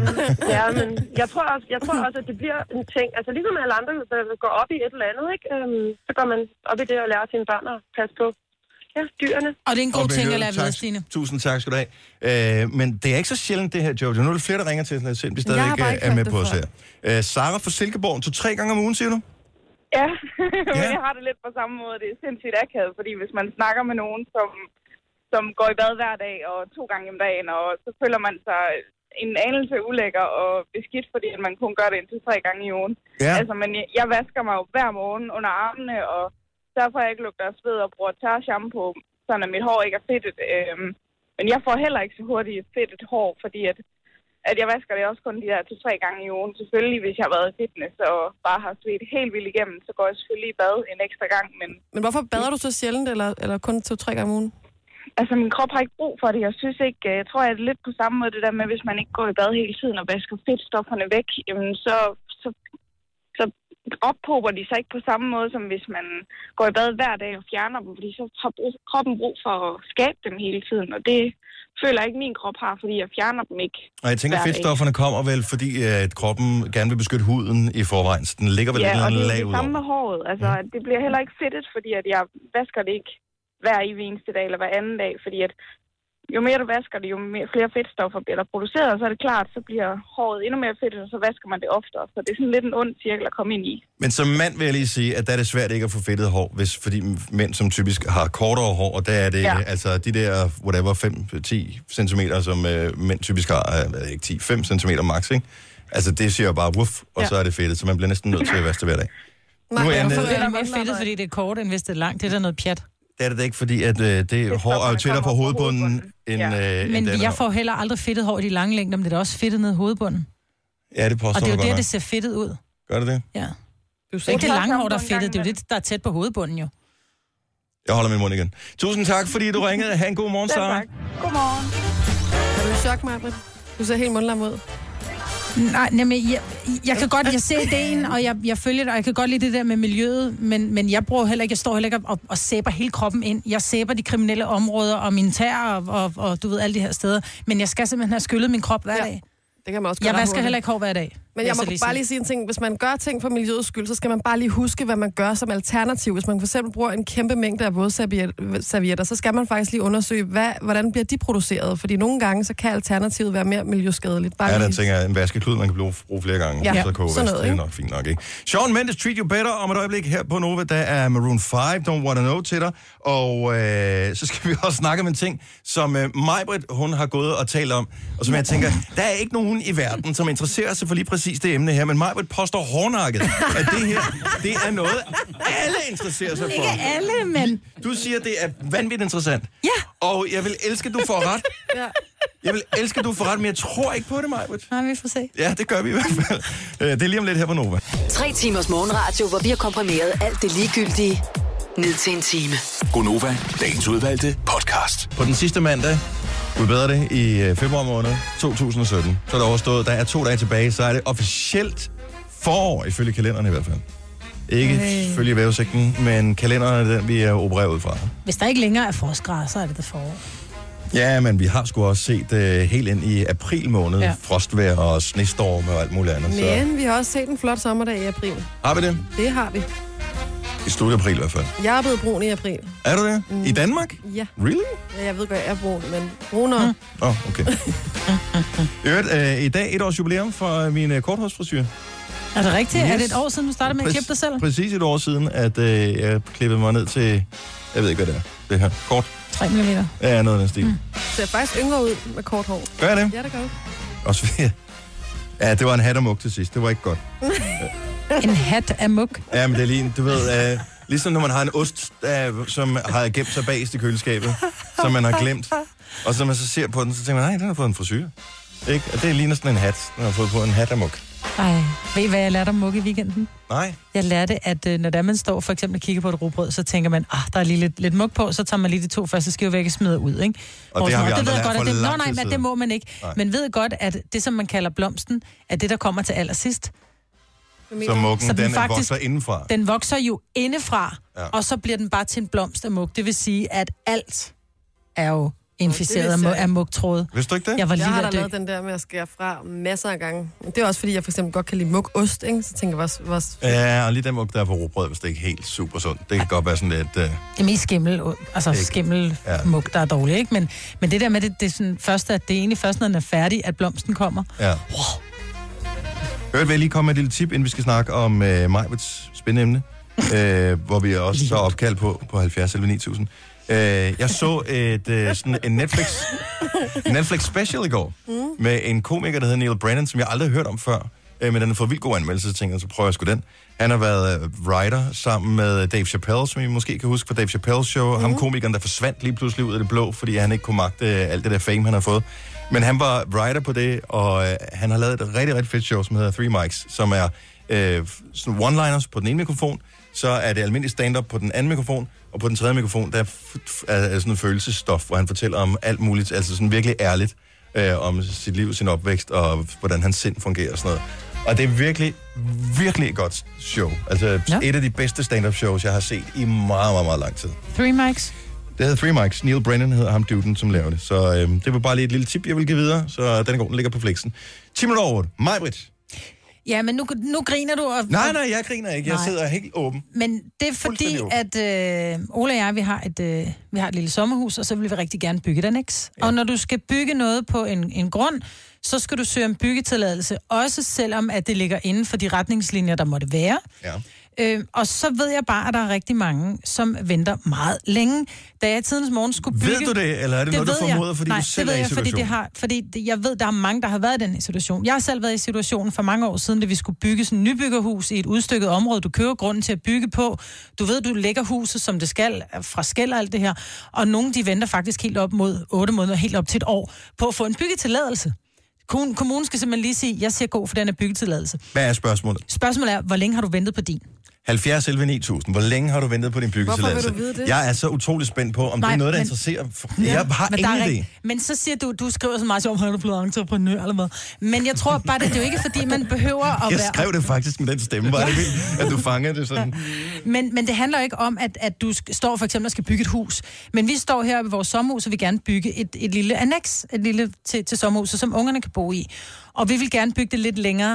Ja, men jeg tror, også, jeg tror også, at det bliver en ting. Altså ligesom alle andre, der går op i et eller andet, ikke? Øhm, så går man op i det og lærer sine børn at passe på. Ja, dyrene. Og det er en god ting at lære ved, Stine. Tusind tak skal du have. Øh, men det er ikke så sjældent, det her, Jojo. Nu er der flere, der ringer til, at vi stadigvæk er med på os her. Øh, Sara fra Silkeborg, to tre gange om ugen, siger du? Ja, men jeg har det lidt på samme måde. Det er sindssygt akavet, fordi hvis man snakker med nogen, som, som går i bad hver dag og to gange om dagen, og så føler man sig en anelse ulækker og beskidt, fordi man kun gør det indtil tre gange i ugen. Ja. Altså, men jeg, jeg vasker mig jo hver morgen under armene, og derfor jeg ikke lugter af sved og bruger tør shampoo, så mit hår ikke er fedtet. Øhm, men jeg får heller ikke så hurtigt fedtet hår, fordi at at jeg vasker det også kun de der to-tre gange i ugen. Selvfølgelig, hvis jeg har været i fitness og bare har svedt helt vildt igennem, så går jeg selvfølgelig i bad en ekstra gang. Men, men hvorfor bader du så sjældent, eller, eller kun to-tre gange om ugen? Altså, min krop har ikke brug for det. Jeg synes ikke, jeg tror, at det er lidt på samme måde det der med, hvis man ikke går i bad hele tiden og vasker fedtstofferne væk, jamen så, så, så ophober de sig ikke på samme måde, som hvis man går i bad hver dag og fjerner dem, fordi så har brug, kroppen brug for at skabe dem hele tiden, og det føler jeg ikke, min krop har, fordi jeg fjerner dem ikke. Og jeg tænker, fedtstofferne kommer vel, fordi at kroppen gerne vil beskytte huden i forvejen, så den ligger vel ja, et eller andet lag ud. Ja, og det er det samme med håret. Altså, ja. Det bliver heller ikke fedtet, fordi at jeg vasker det ikke hver i eneste dag eller hver anden dag, fordi at jo mere du vasker det, jo mere, flere fedtstoffer bliver der produceret, og så er det klart, så bliver håret endnu mere fedtet, og så vasker man det oftere. Så det er sådan lidt en ond cirkel at komme ind i. Men som mand vil jeg lige sige, at der er det svært ikke at få fedtet hår, hvis, fordi mænd som typisk har kortere hår, og der er det ja. altså de der, whatever, fem til ti centimeter, som øh, mænd typisk har, øh, ikke ti, fem centimeter max, ikke? Altså det siger bare wuff, og ja. så er det fedtet, så man bliver næsten nødt til at vaske det hver dag. Nej, nu er jeg nede... det er mere fedtet, fordi det er kort, end hvis det er langt. Det er der noget pjat. Det er det ikke, fordi at, øh, det, det hår er jo tættere på hovedbunden end, ja. øh, Men end jeg får heller aldrig fedtet hår i de lange længder, men det er også fedtet ned i hovedbunden. Ja, det påstår Og det er jo der, der, det ser fedtet ud. Gør det det? Ja. Du det er ikke det lange hår, der er fedtet. Det er jo det, der er tæt på hovedbunden jo. Jeg holder min mund igen. Tusind tak, fordi du ringede. Ha' en god morgen, Sara. Godmorgen. Er du i chok, Maja? Du ser helt mundlam ud. Nej, nemlig, jeg, jeg kan godt, jeg ser ideen, og jeg, jeg følger det, og jeg kan godt lide det der med miljøet, men, men jeg bruger heller ikke, jeg står heller ikke og, og sæber hele kroppen ind. Jeg sæber de kriminelle områder, og mine tæer, og, og, og du ved, alle de her steder. Men jeg skal simpelthen have skyllet min krop hver ja, dag. Det kan man også Jeg vasker heller ikke hår hver dag. Men jeg må lige bare sige. lige sige en ting. Hvis man gør ting for miljøets skyld, så skal man bare lige huske, hvad man gør som alternativ. Hvis man for eksempel bruger en kæmpe mængde af vådservietter, så skal man faktisk lige undersøge, hvad, hvordan bliver de produceret. Fordi nogle gange, så kan alternativet være mere miljøskadeligt. Bare Ja, lige... der tænker jeg, en vaskeklud, man kan bruge, bruge flere gange. Ja, så koge sådan vask, noget, det er ikke? nok fint nok, ikke? Shawn Mendes, Treat You Better, om et øjeblik her på Nova, der er Maroon fem, Don't Wanna Know til dig. Og øh, så skal vi også snakke om en ting, som øh, Majbrit, hun har gået og talt om, og som jeg tænker, der er ikke nogen i verden, som interesserer sig for lige præcis det emne her, men Majbrit påstår hårdnakket, at det her, det er noget, alle interesserer sig for. Ikke alle, men... Du siger, det er vanvittigt interessant. Ja. Og jeg vil elske, at du får ret. Ja. Jeg vil elske, at du får ret, men jeg tror ikke på det, Majbrit. Nej, vi får se. Ja, det gør vi i hvert fald. Det er lige om lidt her på Nova. Tre timers morgenradio, hvor vi har komprimeret alt det ligegyldige ned til en time. Gonova, dagens udvalgte podcast. På den sidste mandag, vi bedre det, i februar måned to tusind og sytten, så er der overstået, der er to dage tilbage, så er det officielt forår, ifølge kalenderen i hvert fald. Ikke Hey. ifølge vævesigten, men kalenderen er den, vi er opereret ud fra. Hvis der ikke længere er frostgrader, så er det det forår. Ja, men vi har sgu også set uh, helt ind i april måned, Ja. ja. frostvejr og snestorme og alt muligt andet. Så Men vi har også set en flot sommerdag i april. har vi det? Det har vi. I slut april i hvert fald. Jeg er blevet brun i april. Er du det? Mm. I Danmark? Ja. Really? Ja, jeg ved godt, jeg er brun, men brunere. Åh, oh, okay. I øvrigt, øh, i dag et års jubilæum for min øh, korthårsfrisyr. Er det rigtigt? Yes. Er det et år siden, du startede med at klippe dig selv? Præcis et år siden, at øh, jeg klippede mig ned til, jeg ved ikke, hvad det er, det her, kort. tre millimeter. Ja, noget af den stil. Mm. Ser faktisk yngre ud med kort hår. Gør jeg det? Ja, det gør du. Også fordi, ja, det var en hat og muk til sidst, det var ikke godt. En hat af muk. Ja, men det er lige, du ved, øh, ligesom når man har en ost, øh, som har gemt sig bagest i køleskabet, som man har glemt, og så man så ser på den, så tænker man, nej, den har fået en frisyr. Ikke? Og det er lige sådan en hat, den har fået på en hat og muk. Ej, ved I, hvad jeg lærte om muk i weekenden? Nej. Jeg lærte, at øh, når der man står for eksempel og kigger på et rugbrød, så tænker man, ah, der er lige lidt, lidt muk på, så tager man lige de to første skiver væk og smider ud, ikke? Og det har vi det andre ved jeg lært godt, for at det, lang nå, nej, tid men siden. det må man ikke. Nej. Men ved godt, at det, som man kalder blomsten, er det, der kommer til allersidst. Så mukken, Så den, den den faktisk- vokser indenfra. Den vokser jo indefra, Ja. ja. og så bliver den bare til en blomst af muk. Det vil sige, at alt er jo inficeret vidste af, jeg mu- ikke. af muktråde. Vidste du ikke det? Jeg var Jeg lige har ved da at dø. lavet den der med at skære fra masser af gange. Det er også fordi, jeg for eksempel godt kan lide mukost, ikke? Så tænker jeg, hvor, hvor... Ja, og lige den muk, der er på rugbrød, hvis det ikke er helt super sundt. Det kan godt være sådan lidt... Uh... Det er mest skimmel, altså Ikke. skimmel Ja. muk, der er dårlig, ikke? Men, men det der med, det, det er sådan først, at det er egentlig først, når den er færdig, at blomsten kommer. Ja. Hørte vil jeg lige komme med et lille tip, inden vi skal snakke om uh, Majbrits spændende emne, uh, hvor vi også så opkald på på halvfjerds elleve ni tusind. Uh, jeg så et uh, sådan en Netflix Netflix special i går mm. med en komiker, der hedder Neil Brennan, som jeg aldrig har hørt om før, uh, men den har fået vildt god anmeldelse, så tænkte jeg, så prøver jeg sgu den. Han har været uh, writer sammen med Dave Chappelle, som I måske kan huske fra Dave Chappelle's show. Mm. Ham komikeren, der forsvandt lige pludselig ud af det blå, fordi han ikke kunne magte uh, alt det der fame, han har fået. Men han var writer på det, og øh, han har lavet et rigtig, rigtig fedt show, som hedder Three Mics, som er øh, sådan one-liners på den ene mikrofon, så er det almindelig stand-up på den anden mikrofon, og på den tredje mikrofon, der er, f- er, er sådan en følelsesstof, hvor han fortæller om alt muligt, altså sådan virkelig ærligt, øh, om sit liv, sin opvækst, og hvordan hans sind fungerer og sådan noget. Og det er virkelig, virkelig et godt show. Altså Ja. et af de bedste stand-up shows, jeg har set i meget, meget, meget lang tid. Three mics. Det hedder Three Mics. Neil Brennan hedder ham, duden, som laver det. Så øhm, det var bare lige et lille tip, jeg vil give videre. Så den er god, den ligger på flexen. ti minutter over otte. Majbrit. Ja, men nu, nu griner du. Og, Nej, nej, jeg griner ikke. Jeg Nej. sidder helt åben. Men det er fordi, Fuldstændig at øh, Ole og jeg, vi har, et, øh, vi har et lille sommerhus, og så vil vi rigtig gerne bygge et annex. Ja. Og når du skal bygge noget på en, en grund, så skal du søge om byggetilladelse, også selvom at det ligger inden for de retningslinjer, der måtte være. Ja. Øh, og så ved jeg bare, at der er rigtig mange, som venter meget længe. Da jeg tidens morgen skulle bygge... Ved du det, eller er det, det noget, du ved formoder, jeg. fordi Nej, du selv det ved er i jeg, fordi, det situationen? har, fordi det, jeg ved, der er mange, der har været i den situation. Jeg har selv været i situationen for mange år siden, da vi skulle bygge sådan en nybyggerhus i et udstykket område. Du køber grunden til at bygge på. Du ved, du lægger huset, som det skal, fra skæld og alt det her. Og nogle, de venter faktisk helt op mod otte måneder, helt op til et år, på at få en byggetilladelse. Kommunen skal simpelthen lige sige, jeg siger god for den her byggetilladelse. Hvad er spørgsmålet? Spørgsmålet er, hvor længe har du ventet på din? halvfjerds elleve ni tusind. Hvor længe har du ventet på din byggetilladelse? Hvorfor vil du vide det? Jeg er så utrolig spændt på, om Nej, det er noget, der men- interesserer... Ja, Jeg har men der ingen er idé. rigt- Men så siger du, du skriver så meget om, at du er blevet entreprenør eller hvad. Men jeg tror bare, det er jo ikke, fordi man behøver at Jeg være... skrev det faktisk med den stemme, var det vildt, at du fangede det sådan. Men, men det handler ikke om, at, at du sk- står for eksempel og skal bygge et hus. Men vi står her ved vores sommerhus, og vi gerne bygge et, et lille annex et lille til, til sommerhuset, som ungerne kan bo i. Og vi vil gerne bygge det lidt længere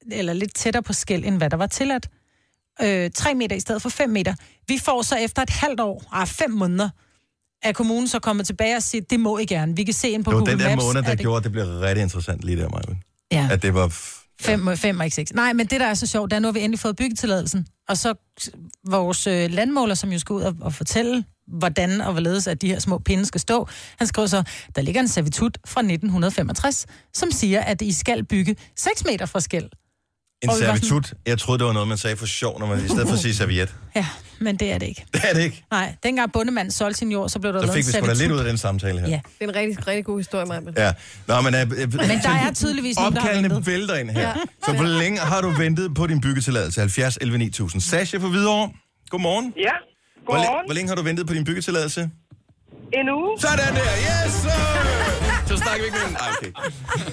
eller lidt tættere på skel, end hvad der var tilladt. Øh, tre meter i stedet for fem meter. Vi får så efter et halvt år, ah, fem måneder, er kommunen så kommet tilbage og siger, det må I gerne. Vi kan se ind på Google Maps. Det var den der måned, der det... gjorde, at det blev rigtig interessant lige der, Maja. Ja. At det var... F... Fem, ja. fem og ikke seks. Nej, men det, der er så sjovt, der er nu, vi endelig fået byggetilladelsen. Og så vores øh, landmåler, som jo skal ud og, og fortælle, hvordan og hvorledes, at de her små pinde skal stå. Han skriver så, der ligger en servitut fra nitten femogtres, som siger, at I skal bygge seks meter fra skel. En servitut? Sådan... Jeg troede, det var noget, man sagde for sjov, når man i stedet for at sige serviet. Ja, men det er det ikke. Det er det ikke? Nej, dengang bondemanden solgte sin jord, så blev der lavet en servitut. Så fik vi sgu da lidt ud af den samtale her. Ja. Det er en rigtig, rigtig god historie, Maja. Ja. Nå, men, uh, men der er tydeligvis nogen, der har ventet. Opkaldene vælter ind her. Ja. Så hvor længe har du ventet på din byggetilladelse? halvfjerds elleve ni tusind. Sasha fra Hvidovre. Godmorgen. Ja, godmorgen. Hvor, hvor længe har du ventet på din byggetilladelse? En uge. Sådan der. Yes, sir! Så snakker vi ikke med den. Ah, okay.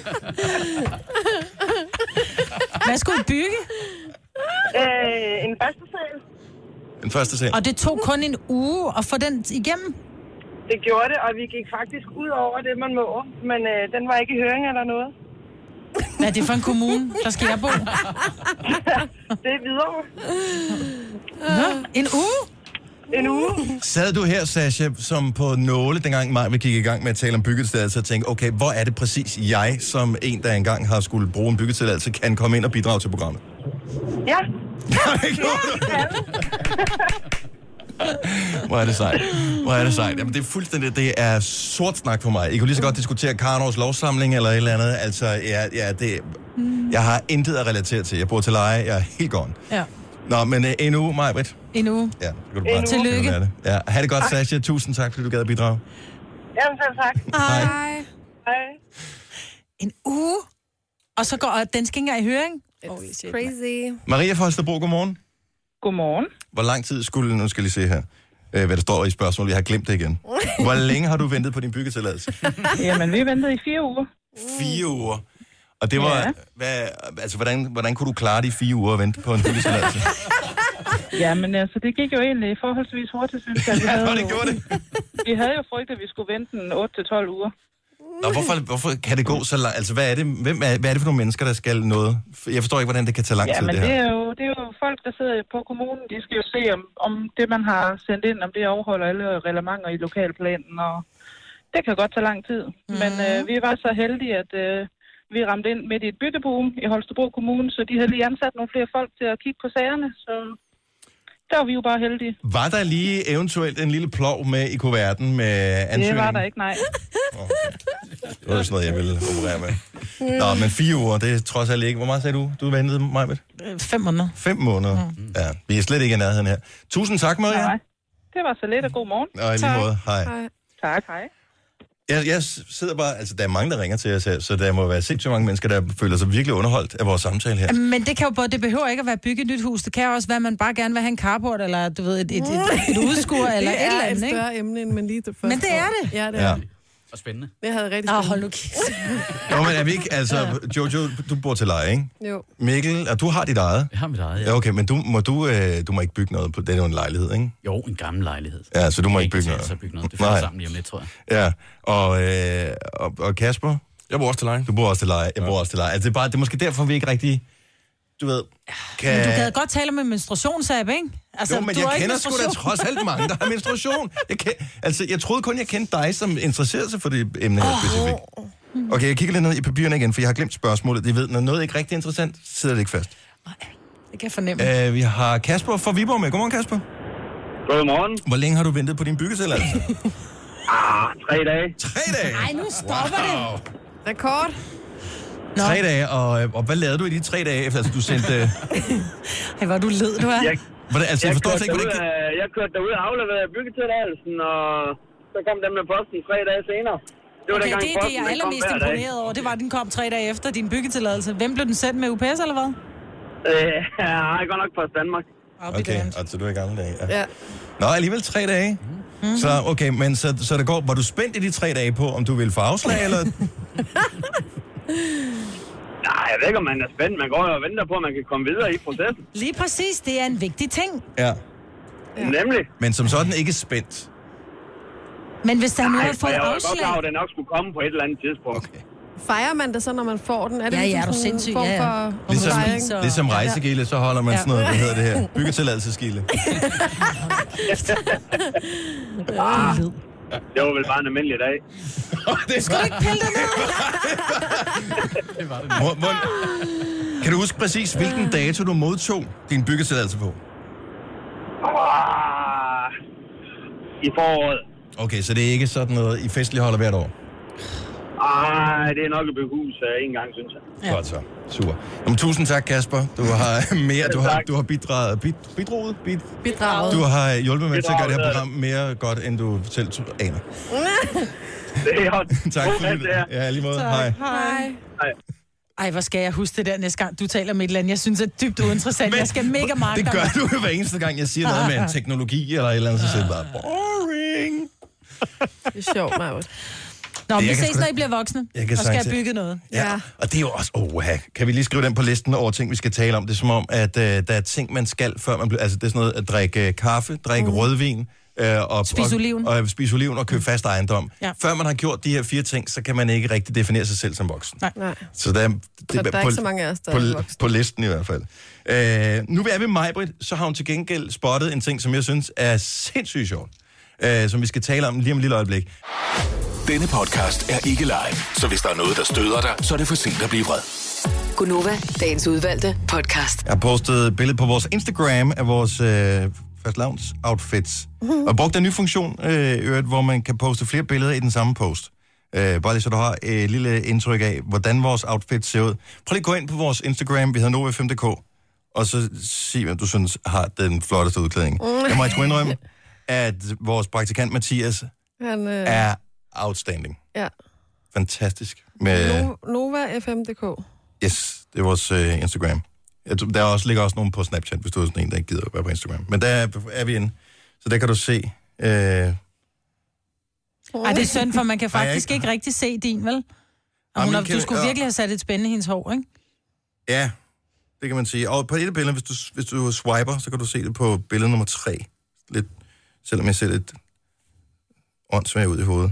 Hvad skulle I bygge? Øh, en første sal. Den første sal. Og det tog kun en uge at få den igennem? Det gjorde det, og vi gik faktisk ud over det, man må. Men øh, den var ikke i høring eller noget. Hvad er det for en kommune, der skal jeg bo? Det er videre. Nå, en uge? En uge. Sad du her, Sasha, som på nåle, dengang mig, vi gik i gang med at tale om byggetilladelse, og tænkte, okay, hvor er det præcis jeg, som en, der engang har skulle bruge en byggetilladelse, kan komme ind og bidrage til programmet? Ja. Hvor er det sejt. Hvor er det sejt. Jamen, det er fuldstændig, det er sort snak for mig. I kunne lige så godt diskutere Karnovs lovsamling eller et eller andet. Altså, ja, ja, det, jeg har intet at relatere til. Jeg bor til leje, jeg er helt gone. Ja. Nå, men uh, en uge, Maj-Britt. En uge. Ja, det kan du bare Tillykke. det. Ja, ha' det godt, tak. Sasha. Tusind tak, fordi du gad at bidrage. Jamen, selv tak. Hej. Hej. En uge? Og så går og den skal ikke engang i høring? Oh, crazy. Maria fra Holstebro, godmorgen. Godmorgen. Hvor lang tid skulle, nu skal jeg lige se her, øh, hvad der står i spørgsmålet. Jeg har glemt det igen. Hvor længe har du ventet på din byggetilladelse? Jamen, vi ventede i fire uger. Fire uger? Og det var, ja. hvad, altså, hvordan, hvordan kunne du klare de fire uger at vente på en byggetilladelse? Jamen, altså, det gik jo egentlig forholdsvis hurtigt, synes jeg. Vi ja, havde det jo, gjorde det. Vi havde jo frygtet, at vi skulle vente en otte til tolv uger. Nå, hvorfor, hvorfor kan det gå så langt? Altså, hvad er det, hvem er, hvad er det for nogle mennesker, der skal noget? Jeg forstår ikke, hvordan det kan tage lang ja, tid, men det her. Det er, jo, det er jo folk, der sidder på kommunen. De skal jo se, om, om det, man har sendt ind, om det overholder alle reglementer i lokalplanen. Og det kan godt tage lang tid. Mm. Men øh, vi var så heldige, at øh, vi ramte ind midt i et byggeboom i Holstebro Kommune, så de havde lige ansat nogle flere folk til at kigge på sagerne, så der var vi jo bare heldige. Var der lige eventuelt en lille plov med i kuverten med ansøgningen? Det var der ikke, nej. Okay. Det var sådan noget, jeg ville operere med. Nå, men fire uger, det er trods alt ikke. Hvor meget sagde du, du ventede, Majbet? Fem måneder. Fem måneder? Mm. Ja, vi er slet ikke i nærheden her. Tusind tak, Maria. Nej, det var så lidt, og god morgen. Og i lige måde, hej. hej. Tak, hej. Jeg, jeg sidder bare, altså der er mange, der ringer til os her, så der må være sindssygt mange mennesker, der føler sig virkelig underholdt af vores samtale her. Men det kan jo både, det behøver ikke at være bygge et nyt hus. Det kan jo også være, at man bare gerne vil have en carport, eller du ved, et, et, et, et udskur, eller et eller andet, ikke? Det er et større ikke? emne, end man lige det første. Men det er det. Ja, det er ja. det. Og spændende. Det havde rigtig spændende. Åh, hold nu kæft. Nå, men er vi ikke, altså, Jojo, du bor til leje, ikke? Jo. Mikkel, og du har dit eget? Jeg har mit eget, ja. Ja, okay, men du må, du, øh, du må ikke bygge noget på, det er jo en lejlighed, ikke? Jo, en gammel lejlighed. Ja, så du må jeg ikke bygge noget. Jeg kan bygge noget. Det falder sammen lige om lidt, tror jeg. Ja, og, øh, og, og Kasper? Jeg bor også til leje. Du bor også til leje, jeg bor også til leje. Altså, det er, bare, det er måske derfor, vi ikke rigtig, du ved, kan... Men du gad godt tale om en menstruationsapp, ikke? Altså, jo, men jeg kender sgu da trods alt mange, der har menstruation. Jeg, kan, altså, jeg troede kun, jeg kendte dig, som interesserede sig for det emne her specifikt. Okay, jeg kigger lidt ned i papirerne igen, for jeg har glemt spørgsmålet. Jeg ved, når noget er ikke rigtig interessant, sidder det ikke fast. Nej, det kan jeg fornemme. Uh, vi har Kasper fra Viborg med. Godmorgen, Kasper. Godmorgen. Hvor længe har du ventet på din byggetilladelse? ah, tre dage. Tre dage? Nej, nu stopper wow. det. Rekord. Nå. Tre dage, og, og hvad lavede du i de tre dage efter, altså du sendte... Hey, hvor du led, du er. Jeg, hvordan, altså, jeg, jeg forstår ikke, hvordan... Af, jeg kørte derud og afleverede byggetilladelsen, og så kom den med posten tre dage senere. Det var okay, dengang, det er det, jeg er allermest imponeret over. Det var, at den kom tre dage efter din byggetilladelse. Hvem blev den sendt med U P S, eller hvad? Øh, jeg går nok Post Danmark. Okay, altså du er i gamle dage. Ja. Ja. Nå, alligevel tre dage. Mm-hmm. Så okay, men så, så det går... Var du spændt i de tre dage på, om du ville få afslag, eller... Nej, jeg ved ikke, om man er spændt. Man går jo og venter på, at man kan komme videre i processen. Lige præcis, det er en vigtig ting. Ja. ja. Nemlig. Men som sådan ikke spændt. Men hvis der er nogen, der har fået afslag... Jeg var afslag... godt klar, at det nok skulle komme på et eller andet tidspunkt. Okay. Fejrer man det så, når man får den? Er det Ja, ligesom ja, er du sådan en sindssyg, form ja, ja. for Ligesom, fejring? ligesom rejsegilde, så holder man Ja. sådan noget, hvad hedder det her? Byggetilladelsesgilde. Ah, det var vel bare en almindelig dag. det Skal du ikke pille det ned? Det var det. Hvor, hvor, kan du huske præcis, hvilken dato du modtog din byggetilladelse på? Ah, I foråret. Okay, så det er ikke sådan noget, I festlig holder hvert år? Ah, det er nok et behus uh, en gang, synes jeg. Ja. Godt så. Super. Jamen, tusind tak, Kasper. Du har mere, du har, du har bidraget, bid, bidraget, bid, Bidraget. du har hjulpet med til at gøre det her Bidraget, program mere godt, end du selv aner. Det er godt. Tak for det. Ja, lige måde. Hej. Hej. Hej. Ej, hvor skal jeg huske det der næste gang, du taler med et eller andet. Jeg synes, det er dybt uinteressant. Men Jeg skal mega meget. Det gør du jo hver eneste gang, jeg siger noget med en teknologi eller et eller andet, så siger jeg bare, boring. Det er sjovt, Marvitt. Nå, men vi Jeg kan ses, sgu- når I bliver voksne. Jeg kan og skal sagtens- have bygget noget. Ja. Og det er jo også, åh, kan vi lige skrive den på listen over ting, vi skal tale om? Det er som om, at øh, der er ting, man skal, før man bliver, altså det er sådan noget at drikke kaffe, drikke mm. rødvin, øh, og, Spise oliven. og, og spise oliven og købe fast ejendom. Ja. Før man har gjort de her fire ting, så kan man ikke rigtig definere sig selv som voksen. Nej. Nej. Så der, det, Så der er på, ikke så mange af os, der på, er voksne. på listen i hvert fald. Øh, nu er vi Majbrit, så har hun til gengæld spottet en ting, som jeg synes er sindssygt sjovt, øh, som vi skal tale om lige om et lille øjeblik. Denne podcast er ikke live, så hvis der er noget, der støder dig, så er det for sent at blive vred. Gunova, dagens udvalgte podcast. Jeg har postet et billede på vores Instagram af vores øh, fastlavns-outfits. Og jeg brugte en ny funktion, øh, øvrigt, hvor man kan poste flere billeder i den samme post. Øh, bare lige så du har et lille indtryk af, hvordan vores outfit ser ud. Prøv lige at gå ind på vores Instagram, vi hedder Nova fem punktum d k, og så sig, hvem du synes har den flotteste udklædning. Jeg må ikke indrømme, at vores praktikant Mathias Han, øh... er outstanding. Ja. Fantastisk. Med, No- Nova F M punktum d k. yes, det er vores øh, Instagram. Jeg tror, Der er også, ligger også nogen på Snapchat, hvis du er sådan en, der ikke gider at være på Instagram. Men der er, er vi inde. Så der kan du se... Øh... Ej, det er synd, for man kan Ej, jeg faktisk ikke- ikke rigtig se din, vel? Og Ej, hun min har, kan- du skulle ja. virkelig have sat et spænde i hendes hår, ikke? Ja, det kan man sige. Og på et af billederne, hvis du, hvis du swiper, så kan du se det på billede nummer tre. Lidt, selvom jeg ser lidt åndssvagt ud i hovedet.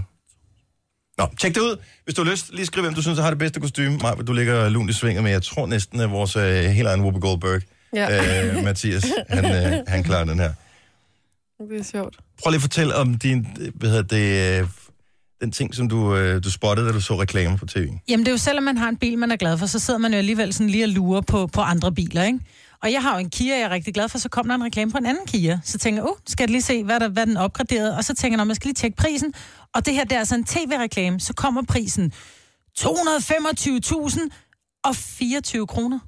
Nå, tjek det ud. Hvis du har lyst, lige skriv, hvem du synes, der har det bedste kostume. Maj, du ligger lunt i svinget med. Jeg tror næsten, at vores øh, helt egen Whoopi Goldberg, Ja. øh, Mathias, han, øh, han klarer den her. Det er sjovt. Prøv lige at fortælle om din, øh, hvad hedder det, øh, den ting, som du, øh, du spottede, da du så reklamer på T V. Jamen, det er jo selvom man har en bil, man er glad for, så sidder man jo alligevel sådan lige og lurer på, på andre biler, ikke? Og jeg har jo en Kia, jeg er rigtig glad for, så kom der en reklame på en anden Kia. Så tænker jeg, oh, skal jeg lige se, hvad, der, hvad den opgraderede? Og så tænker jeg, jeg skal lige tjekke prisen. Og det her, det er altså en tv-reklame, så kommer prisen to hundrede og femogtyve tusind og fireogtyve kroner.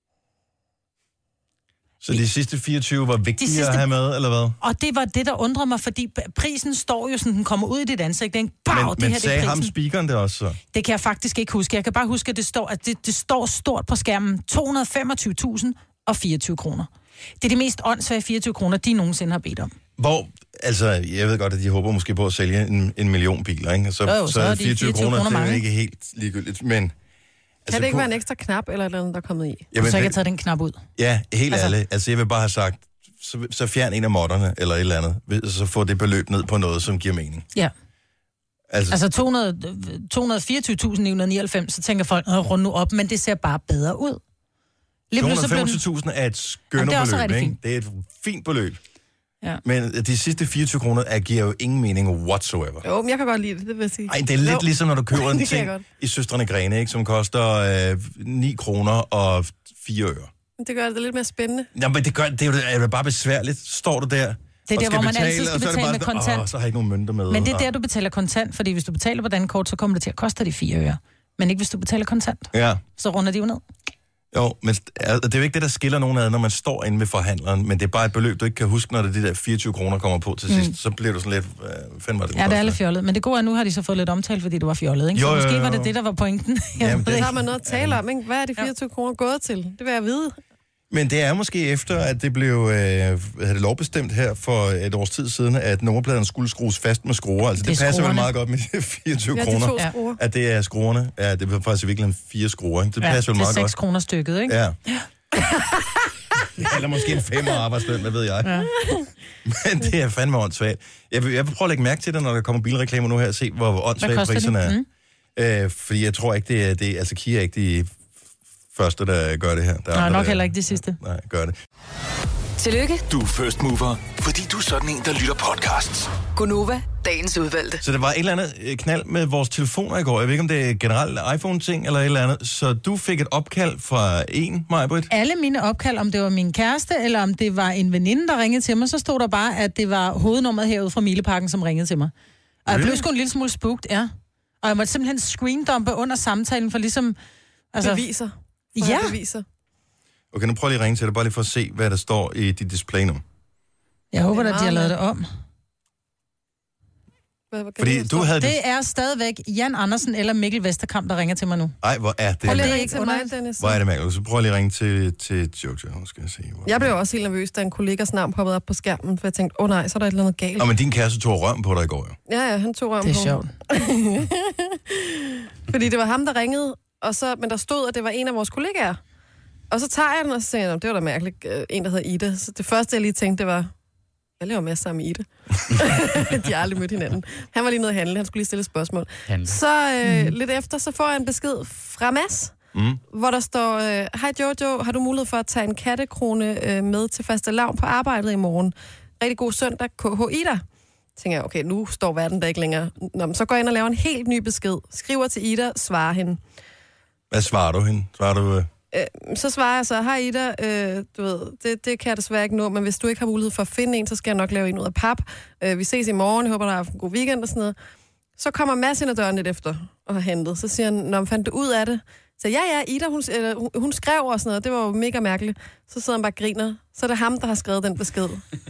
Så de sidste fireogtyve var vigtige sidste- at have med, eller hvad? Og det var det, der undrede mig, fordi prisen står jo sådan, den kommer ud i dit ansigt. Det er en bag, Men, det men her, det sagde er ham prisen. speakeren det også så? Det kan jeg faktisk ikke huske. Jeg kan bare huske, at det står, at det, det står stort på skærmen. to hundrede og femogtyve tusind og fireogtyve kroner. Det er de mest åndssvage fireogtyve kroner, de nogensinde har bedt om. Hvor, altså, jeg ved godt, at de håber måske på at sælge en, en million biler, ikke? Så, Jo, jo, så, så er så de fireogtyve fireogtyve kroner, kroner det er jo mange. ikke helt ligegyldigt, men... Kan altså, det ikke på- være en ekstra knap eller et eller andet, der er kommet i? Jamen, Og så kan det- jeg tage den knap ud. Ja, helt Altså- altså, ærligt. Altså, jeg vil bare have sagt, så, så fjern en af modderne, eller et eller andet, ved- så få det beløb ned på noget, som giver mening. Ja. Altså, Altså to hundrede og fireogtyve tusind ni hundrede og nioghalvfems, så tænker folk, at runde nu op, men det ser bare bedre ud. Lige to hundrede pludselig og blev den... femogtyve tusind er et Jamen, det er også skønnerbeløb, rigtig ikke? fint. Det er et fint beløb. Ja. Men de sidste fireogtyve kroner er, giver jo ingen mening whatsoever. Jo, men jeg kan godt lide det, det vil jeg sige. Ej, det er lidt Jo. ligesom, når du køber en Det kan jeg ting godt. i Søstrene Grene, ikke, som koster øh, ni kroner og fire øre. Det gør det lidt mere spændende. Jamen, det, gør, det er jo er jo bare besværligt. Står du der Det er og der, skal hvor man betale, altid skal og så er det betale bare med sådan, kontant. Åh, så har jeg ikke nogen mønter med. Men det er og- der, du betaler kontant, fordi hvis du betaler på dankort, så kommer det til at koste dig fire øre. Men ikke hvis du betaler kontant. Ja, Så runder de jo ned. jo, men er- det er jo ikke det, der skiller nogen ad, når man står inde ved forhandleren, men det er bare et beløb, du ikke kan huske, når det er de der fireogtyve kroner kommer på til sidst. Mm. Så bliver du sådan lidt, øh, fandme var det, Ja, det er koster. lidt fjollet. Men det gode er, nu har de så fået lidt omtale, fordi du var fjollet, ikke? Jo, Så jo, måske jo, var jo. det det, der var pointen. Jeg Jamen, ved det- Så har ikke. man noget at tale om, ikke? Hvad er de fireogtyve kroner gået til? Det vil jeg vide. Men det er måske efter, at det blev øh, hvad hedder det, lovbestemt her for et års tid siden, at nummerpladen skulle skrues fast med skruer. Altså, det, Det det er passer vel skruerne. meget godt med fireogtyve Ja, de kroner. to Ja. skruer. At det er skruerne. Ja, det er faktisk i virkeligheden fire skruer. Ikke? Det Ja, passer vel det er meget seks godt. kroner stykket, ikke? Ja. Eller måske en femmer arbejdsløn, hvad ved jeg. Ja. Men det er fandme åndssvagt. Jeg vil, jeg vil prøve at lægge mærke til det, når der kommer bilreklamer nu her, og se, hvor Hvad åndssvagt koster priserne det? er. Mm. Øh, fordi jeg tror ikke, det er... Det, altså, Kia er ikke de første, der gør det her. Der er Nej, andre, nok der, heller ikke det sidste. Nej, gør det. Tillykke, Du er first mover, fordi du er sådan en, der lytter podcasts. Gunova, dagens udvalgte. Så der var et eller andet øh, knald med vores telefoner i går. Jeg ved ikke, om det er generelt iPhone-ting eller et eller andet. Så du fik et opkald fra en, Maj-Brit? Alle mine opkald, om det var min kæreste, eller om det var en veninde, der ringede til mig, så stod der bare, at det var hovednummeret herude fra Mileparken, som ringede til mig. Og jeg blev sgu en lille smule spooked, ja. Og jeg måtte simpelthen screendumpe under samtalen, for ligesom... Altså, beviser. For ja. Beviser. Okay, nu prøver jeg lige at ringe til dig, bare lige for at se, hvad der står i dit display nu. Jeg håber, at de har lavet det om. Hvad, hvad Fordi du havde det er stadigvæk Jan Andersen eller Mikkel Vesterkamp, der ringer til mig nu. Ej, hvor er det? Prøv lige at ringe til mig, Dennis. Hvor er det mærkeligt? Så prøv lige at ringe til, til Jojo, skal jeg se. Hvor... Jeg blev også helt nervøs, da en kollegas navn poppede op på skærmen, for jeg tænkte, åh oh, nej, så er der et eller andet galt. Nå, men din kæreste tog røm på dig i går, jo. Ja, ja, han tog røm på. Det er sjovt. Fordi det var ham, der ringede, og så, men der stod, at det var en af vores kollegaer. Og så tager jeg den, og så tænker jeg, det var da mærkeligt, en, der hedder Ida. Så det første, jeg lige tænkte, det var, jeg lever med sammen med Ida. De har aldrig mødt hinanden. Han var lige nede at handle, han skulle lige stille et spørgsmål. Handle. Så øh, mm. lidt efter, så får jeg en besked fra Mads, mm. hvor der står, hej Jojo, har du mulighed for at tage en kattekrone øh, med til fastelavn på arbejdet i morgen? Rigtig god søndag, K H Ida. Tænker jeg, okay, nu står verden der ikke længere. Nå, så går jeg ind og laver en helt ny besked. Skriver til Ida, svarer hende. Hvad svarer du hende? Svarer du... Øh... Øh, så svarer jeg så, hej Ida, øh, du ved, det, det kan jeg desværre ikke nå, men hvis du ikke har mulighed for at finde en, så skal jeg nok lave en ud af pap. Øh, vi ses i morgen, jeg håber, der har haft en god weekend og sådan noget. Så kommer Mads ind ad døren lidt efter og har hentet. Så siger han, når man fandt du ud af det? Så ja, ja, Ida, hun, øh, hun, hun skrev og sådan noget, det var jo mega mærkeligt. Så sidder han bare og griner. Så er det ham, der har skrevet den besked.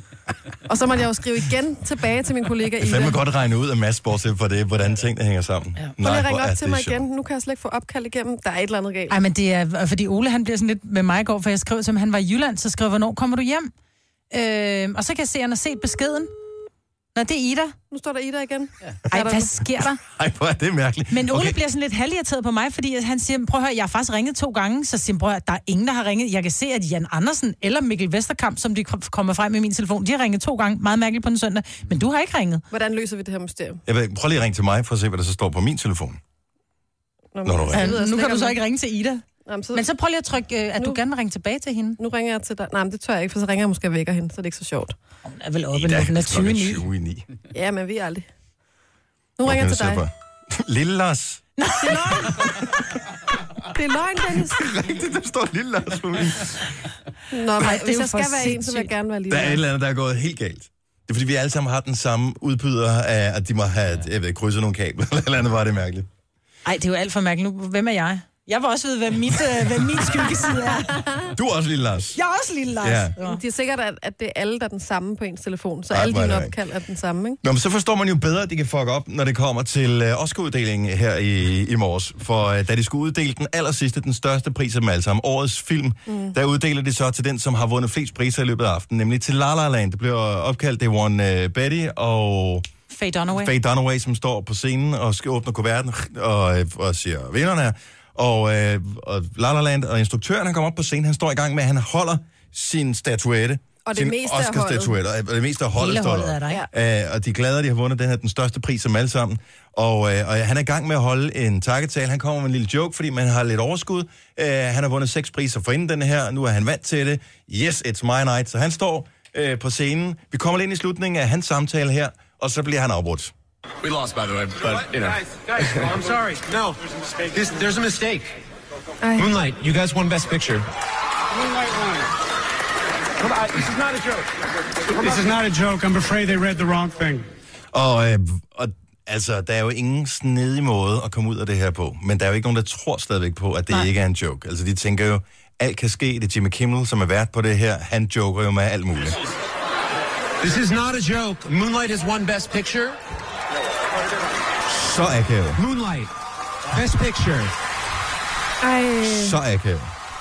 Og så må jeg jo skrive igen tilbage til min kollega Ida. Jeg fandme godt regne ud af Mads, bortset for det, hvordan tingene hænger sammen. Ja. Nej, prøv lige at ringe op til mig igen. Nu kan jeg slet ikke få opkald igennem. Der er et eller andet galt. Ej, men det er, fordi Ole, han bliver sådan lidt med mig i går, for jeg skrev til ham, han var i Jylland, så skrev, hvornår kommer du hjem? Øh, og så kan jeg se, at han har set beskeden. Nå, det er Ida. Nu står der Ida igen. Ja. Ej, hvad sker der? Ej, hvor er det mærkeligt. Men Ole okay. bliver sådan lidt halvirriteret på mig, fordi han siger, prøv at høre, jeg har faktisk ringet to gange, så siger han, prøv at høre, der er ingen, der har ringet. Jeg kan se, at Jan Andersen eller Mikkel Vesterkamp, som de kommer frem med min telefon, de har ringet to gange, meget mærkeligt på den søndag, men du har ikke ringet. Hvordan løser vi det her mysterium? Jeg ved, prøv lige at ringe til mig, for at se, hvad der så står på min telefon. Nå, Når du ringer. Ja, nu kan du så ikke ringe til Ida. Jamen, så... Men så prøv lige at trykke, at nu... du gerne vil ringe tilbage til hende. Nu ringer jeg til dig. Nej, men det tør jeg ikke, for så ringer jeg måske og vækker hende, så det er ikke så sjovt. Hun er vel oppe, når den er tyve i ni. Ja, men vi er aldrig. Nu ringer jeg til dig. Lille Lars. Det er løgn. Det er løgn, Dennis. Rigtigt, der står Lille Lars på min. Nå, men Ej, hvis jeg skal være en, så vil jeg gerne være Lille Lars. Der er et eller andet, der er gået helt galt. Det er fordi, vi alle sammen har den samme udbyder af, at de må have, jeg ved, krydset nogle kabler, eller eller andet, var det mærkeligt. Ej, det er jo alt for mærkeligt. Nu, hvem er jeg? Jeg vil også vide, hvad, mit, øh, hvad min skyggeside er. Du er også Lille Lars. Jeg er også Lille Lars. Ja. Ja. Det er sikkert, at, at det er alle, der er den samme på ens telefon. Så Ej, alle dine opkald er den samme, ikke? Nå, men så forstår man jo bedre, at de kan fuck op, når det kommer til uh, Oscar-uddelingen her i, i morges. For uh, da de skulle uddele den allersidste, den største pris af dem alle sammen, årets film, mm. der uddeler de så til den, som har vundet flest priser i løbet af aftenen, nemlig til La La Land. Det blev opkaldt, det var uh, Betty og... Faye Dunaway. Faye Dunaway, som står på scenen og skal åbne kuverten og, og siger, vinderne her. Og, øh, og La La Land og instruktøren, han kommer op på scenen, han står i gang med, at han holder sin statuette. Og det meste af holdet. Og det meste af holdet står der. Øh, og de er glade, at de har vundet den her, den største pris som alle sammen. Og, øh, og han er i gang med at holde en takketale. Han kommer med en lille joke, fordi man har lidt overskud. Øh, han har vundet seks priser for inden den her. Nu er han vant til det. Yes, it's my night. Så han står øh, på scenen. Vi kommer ind i slutningen af hans samtale her, og så bliver han afbrudt. We lost, by the way, but, you know. Guys, guys, I'm sorry. No, this, there's a mistake. Moonlight, you guys won Best Picture. Moonlight won. Come on, this is not a joke. This is not a joke. I'm afraid they read the wrong thing. Og, øh, og altså, der er jo ingen snedig måde at komme ud af det her på. Men der er jo ikke nogen, der tror stadigvæk på, at det Nej. ikke er en joke. Altså, de tænker jo, alt kan ske. Det er Jimmy Kimmel, som er vært på det her. Han joker jo med alt muligt. This is not a joke. Moonlight has won Best Picture. Så akavet. Moonlight. Best Picture. Ej. Så akavet.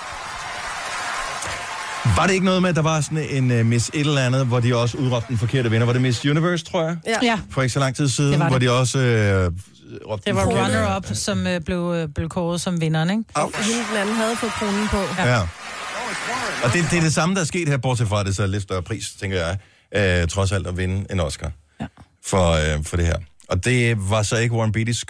Var det ikke noget med, at der var sådan en uh, Miss et eller andet, hvor de også udråbte den forkerte vinder? Var det Miss Universe, tror jeg? Ja. ja. For ikke så lang tid siden, det det. hvor de også uh, råbte det var runner-up, som uh, blev, uh, blev kåret som vinderen, ikke? Og hende den anden havde fået kronen på. Ja. ja. Og det, det er det samme, der er sket her, bortset fra, at det er så lidt større pris, tænker jeg, uh, trods alt at vinde en Oscar ja. for, uh, for det her. Og det var så ikke Warren Beattys skyld,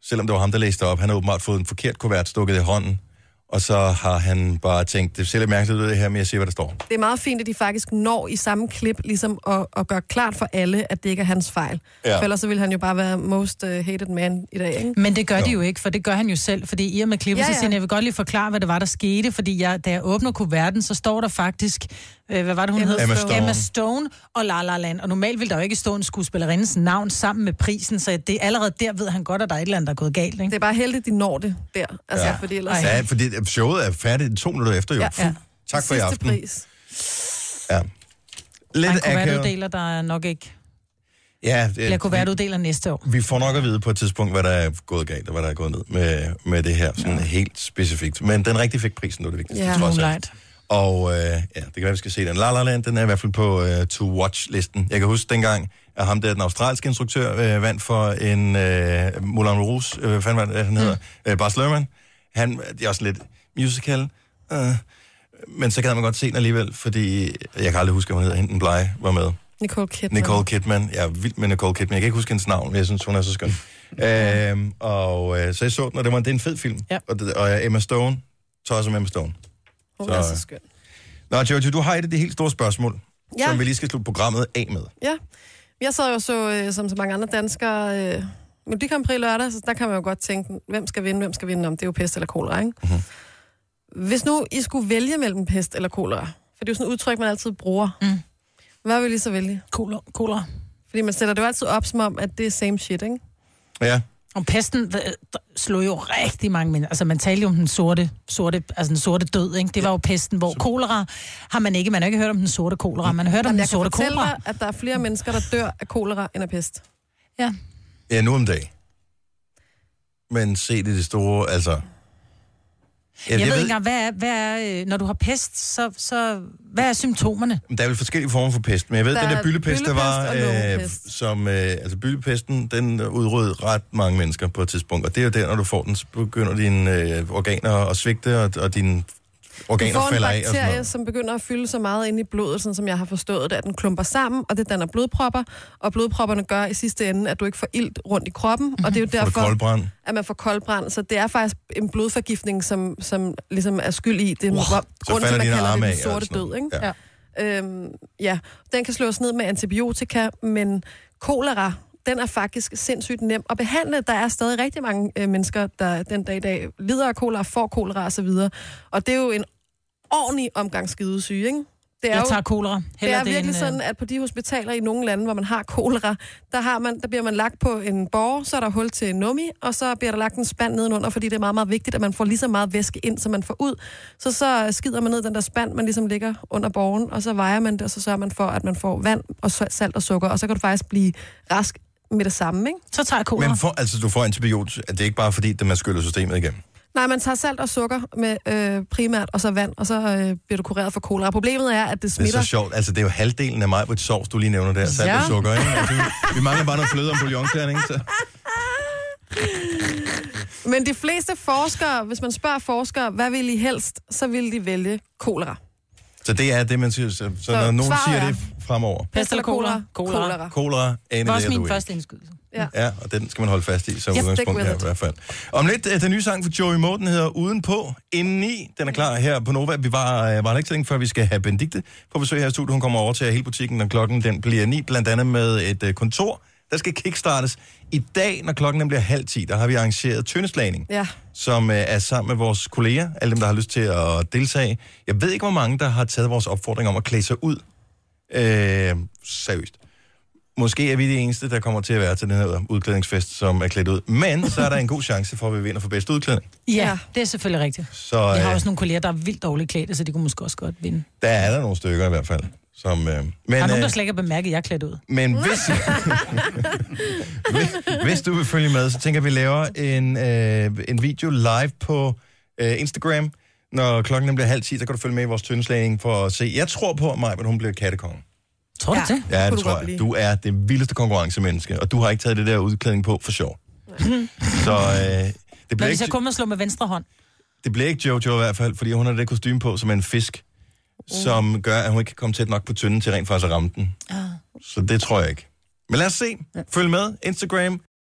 selvom det var ham, der læste op. Han har åbenbart fået en forkert kuvert stukket i hånden, og så har han bare tænkt, det ser lidt mærkeligt ud det her, men jeg siger, hvad der står. Det er meget fint, at de faktisk når i samme klip, ligesom at, at gøre klart for alle, at det ikke er hans fejl. Ja. For ellers så ville han jo bare være most uh, hated man i dag, ikke? Men det gør jo. de jo ikke, for det gør han jo selv. Fordi i og med klippet, ja, ja. så siger han, jeg vil godt lige forklare, hvad det var, der skete. Fordi jeg, da jeg åbner kuverten, så står der faktisk, øh, hvad var det, hun hed? Emma Stone. Emma Stone og La La Land. Og normalt ville der jo ikke stå en skuespillerindes navn sammen med prisen, så det allerede der ved han godt, at der er et eller andet, der er gået galt. Ikke? Det er bare heldigt, de når det der. Altså, ja. fordi ellers... Ja, fordi showet er færdigt to minutter efter, jo. Ja, ja. Tak for i aften. Pris. Ja. Lidt akavet. Kuvertuddeler, der er nok ikke... Ja, det, Bliver kuvertuddeler næste år. Vi får nok at vide på et tidspunkt, hvad der er gået galt, og hvad der er gået ned med, med det her, sådan ja. helt specifikt. Men den rigtig fik prisen, nu er det vigtigste. Ja, Moonlight. Og øh, ja, det kan være, vi skal se den. La La Land, den er i hvert fald på uh, to-watch-listen. Jeg kan huske dengang, at ham der, den australske instruktør, øh, vandt for en uh, Moulin Rouge, øh, hvad fanden var det, han hedder? Mm. Uh, Baz Luhrmann. Han det er også lidt musical, uh, men så kan man godt se den alligevel, fordi jeg kan aldrig huske, hvad hun hedder, hende den blege var med. Nicole Kidman. Nicole Kidman. Jeg er vild med Nicole Kidman. Jeg kan ikke huske hendes navn, men jeg synes, hun er så skøn. øhm, og øh, så jeg så den, og det var det er en fed film. Ja. Og, det, og Emma Stone, tosser med Emma Stone. Hun så, er så skøn. Nå, Jojo, du har et af de helt store spørgsmål, ja. som vi lige skal slutte programmet af med. Ja. Jeg sad jo så, øh, som så mange andre danskere, øh, Melodi Grand Prix lørdag, så der kan man jo godt tænke, hvem skal vinde, hvem skal vinde, om det er jo pest eller kolera, ikke? Mm-hmm. Hvis nu I skulle vælge mellem pest eller kolera, for det er jo sådan et udtryk, man altid bruger. Mm. Hvad vil I så vælge? Kolera. Kolera. Fordi man sætter det jo altid op, som om, at det er same shit, ikke? Ja. Og pesten slog jo rigtig mange mennesker. Altså, man talte jo om den sorte, sorte, altså den sorte død, ikke? Det var jo pesten, hvor kolera har man ikke. Man har ikke hørt om den sorte kolera. Man har hørt om den sorte kolera. Jeg kan fortælle dig, at der er flere mennesker, der dør af kolera end af pest. Ja. Ja, nu om dagen. Men se det, det store, altså... Jeg, jeg ved ikke engang, hvad er, hvad er, når du har pest, så, så hvad er symptomerne? Der er vel forskellige former for pest, men jeg ved, der den der byllepest, der var, øh, som, øh, altså byllepesten, den udryddede ret mange mennesker på et tidspunkt, og det er jo der, når du får den, så begynder dine øh, organer at svigte, og, og dine organer falder af. Du får en bakterie, som begynder at fylde så meget ind i blodet, sådan som jeg har forstået det, at den klumper sammen, og det danner blodpropper, og blodpropperne gør i sidste ende, at du ikke får ilt rundt i kroppen, mm-hmm. og det er jo derfor, koldbrand. at man får koldbrand. Så det er faktisk en blodforgiftning, som, som ligesom er skyld i. Det er wow. grunden til, at man kalder det den sorte af, død, ikke? Ja. Ja. Øhm, ja, den kan slås ned med antibiotika, men kolera, den er faktisk sindssygt nem at behandle. Der er stadig rigtig mange øh, mennesker, der den dag i dag lider af kolera, får kolera og så videre. Og det er jo en ordentlig omgang skidesyge, ikke? Det er jeg jo, tager kolera. Det er virkelig en, sådan, at på de hospitaler i nogle lande, hvor man har kolera, der, har man, der bliver man lagt på en borger, så er der hul til en nummi, og så bliver der lagt en spand nedenunder, fordi det er meget, meget vigtigt, at man får lige så meget væske ind, som man får ud. Så så skider man ned den der spand, man ligesom ligger under borgen, og så vejer man det, og så sørger man for, at man får vand og salt og sukker, og så kan du faktisk blive rask med det samme, ikke? Så tager jeg kolera. Men for, altså, du får antibiotika, det er ikke bare fordi, at man skyller systemet igennem? Nej, man tager salt og sukker med øh, primært, og så vand, og så øh, bliver du kureret for kolera. Problemet er, at det smitter... Det er så sjovt. Altså, det er jo halvdelen af mig på et sovs, du lige nævner der. Salt ja. og sukker, ikke? Altså, vi, vi mangler bare noget fløde om bouillonterning, så... Men de fleste forskere, hvis man spørger forskere, hvad vil I helst, så vil de vælge kolera. Så det er det, man siger. Så, så, så når nogen siger det fremover... Pest eller kolera? Kolera. Kolera. Det var også min første indskydelse. Ja. ja, og den skal man holde fast i som yes, udgangspunkt her i hvert fald. Om lidt, den nye sang for Joey Moe, den hedder Udenpå, Indeni. Den er klar her på Nova. Vi var, var der ikke så længe før, vi skal have Benedikte på besøg her i studiet. Hun kommer over til hele butikken, når klokken den bliver ni, blandt andet med et kontor, der skal kickstartes. I dag, når klokken bliver halv ti, der har vi arrangeret tøndeslagning, ja. som er sammen med vores kolleger, alle dem, der har lyst til at deltage. Jeg ved ikke, hvor mange, der har taget vores opfordring om at klæde sig ud. Øh, seriøst. Måske er vi de eneste, der kommer til at være til den her udklædningsfest, som er klædt ud. Men så er der en god chance for, at vi vinder for bedste udklædning. Ja, det er selvfølgelig rigtigt. Så, jeg har øh, også nogle kolleger, der er vildt dårligt klædte, så de kunne måske også godt vinde. Der er der nogle stykker i hvert fald. Som, øh, men, der er nogen, der øh, slet ikke har bemærket, at jeg er klædt ud. Men hvis, hvis, hvis du vil følge med, så tænker vi, at vi laver en, øh, en video live på øh, Instagram. Når klokken bliver halv ti, så kan du følge med i vores tøndeslagning for at se. Jeg tror på, Maj, at hun bliver kattekonge. Tror du ja, det? Ja, det tror jeg. Du er det vildeste konkurrencemenneske, og du har ikke taget det der udklædning på for sjov. Så øh, det bliver Når ikke... hvis jeg kommer og slå med venstre hånd. Det bliver ikke Jojo i hvert fald, fordi hun har det kostume på som en fisk, uh. som gør, at hun ikke kan komme tæt nok på tynden til rent faktisk at ramme den. Uh. Så det tror jeg ikke. Men lad os se. Følg med. Instagram.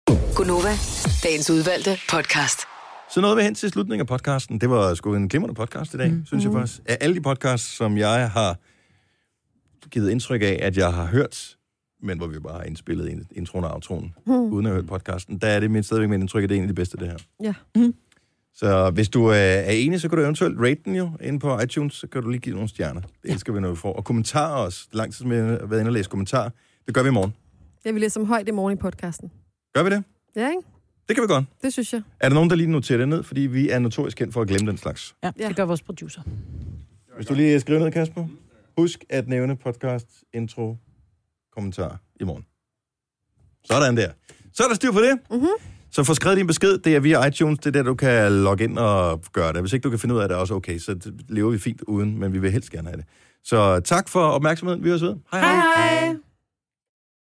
Gunova, dagens udvalgte podcast. Så nåede vi hen til slutningen af podcasten. Det var sgu en glimrende podcast i dag, mm. synes jeg faktisk. Af alle de podcasts, som jeg har givet indtryk af, at jeg har hørt, men hvor vi bare har indspillet introen og outroen, mm. uden at have hørt podcasten, der er det mit stadigvæk med indtryk, at det er en af de bedste, det her. Ja. Mm. Så hvis du er enig, så kan du eventuelt rate den jo inde på iTunes, så kan du lige give nogle stjerner. Det elsker vi, når vi får. Og kommentarer også. Det er lang tid, som jeg har været inde og læse kommentarer. Det gør vi i morgen. Jeg vil læse om højt i morgen i podcasten. Gør vi det? Ja, ikke? Det kan vi godt. Det synes jeg. Er der nogen, der lige noterer det ned? Fordi vi er notorisk kendt for at glemme den slags. Ja, det gør vores producer. Hvis du lige skriver ned, Kasper. Husk at nævne podcast, intro, kommentar i morgen. Sådan der. Så er der styr på det. Mm-hmm. Så få skrevet din besked. Det er via iTunes. Det er der, du kan logge ind og gøre det. Hvis ikke du kan finde ud af det, er også okay. Så lever vi fint uden, men vi vil helst gerne have det. Så tak for opmærksomheden. Vi høres ved. Hej hej. hej.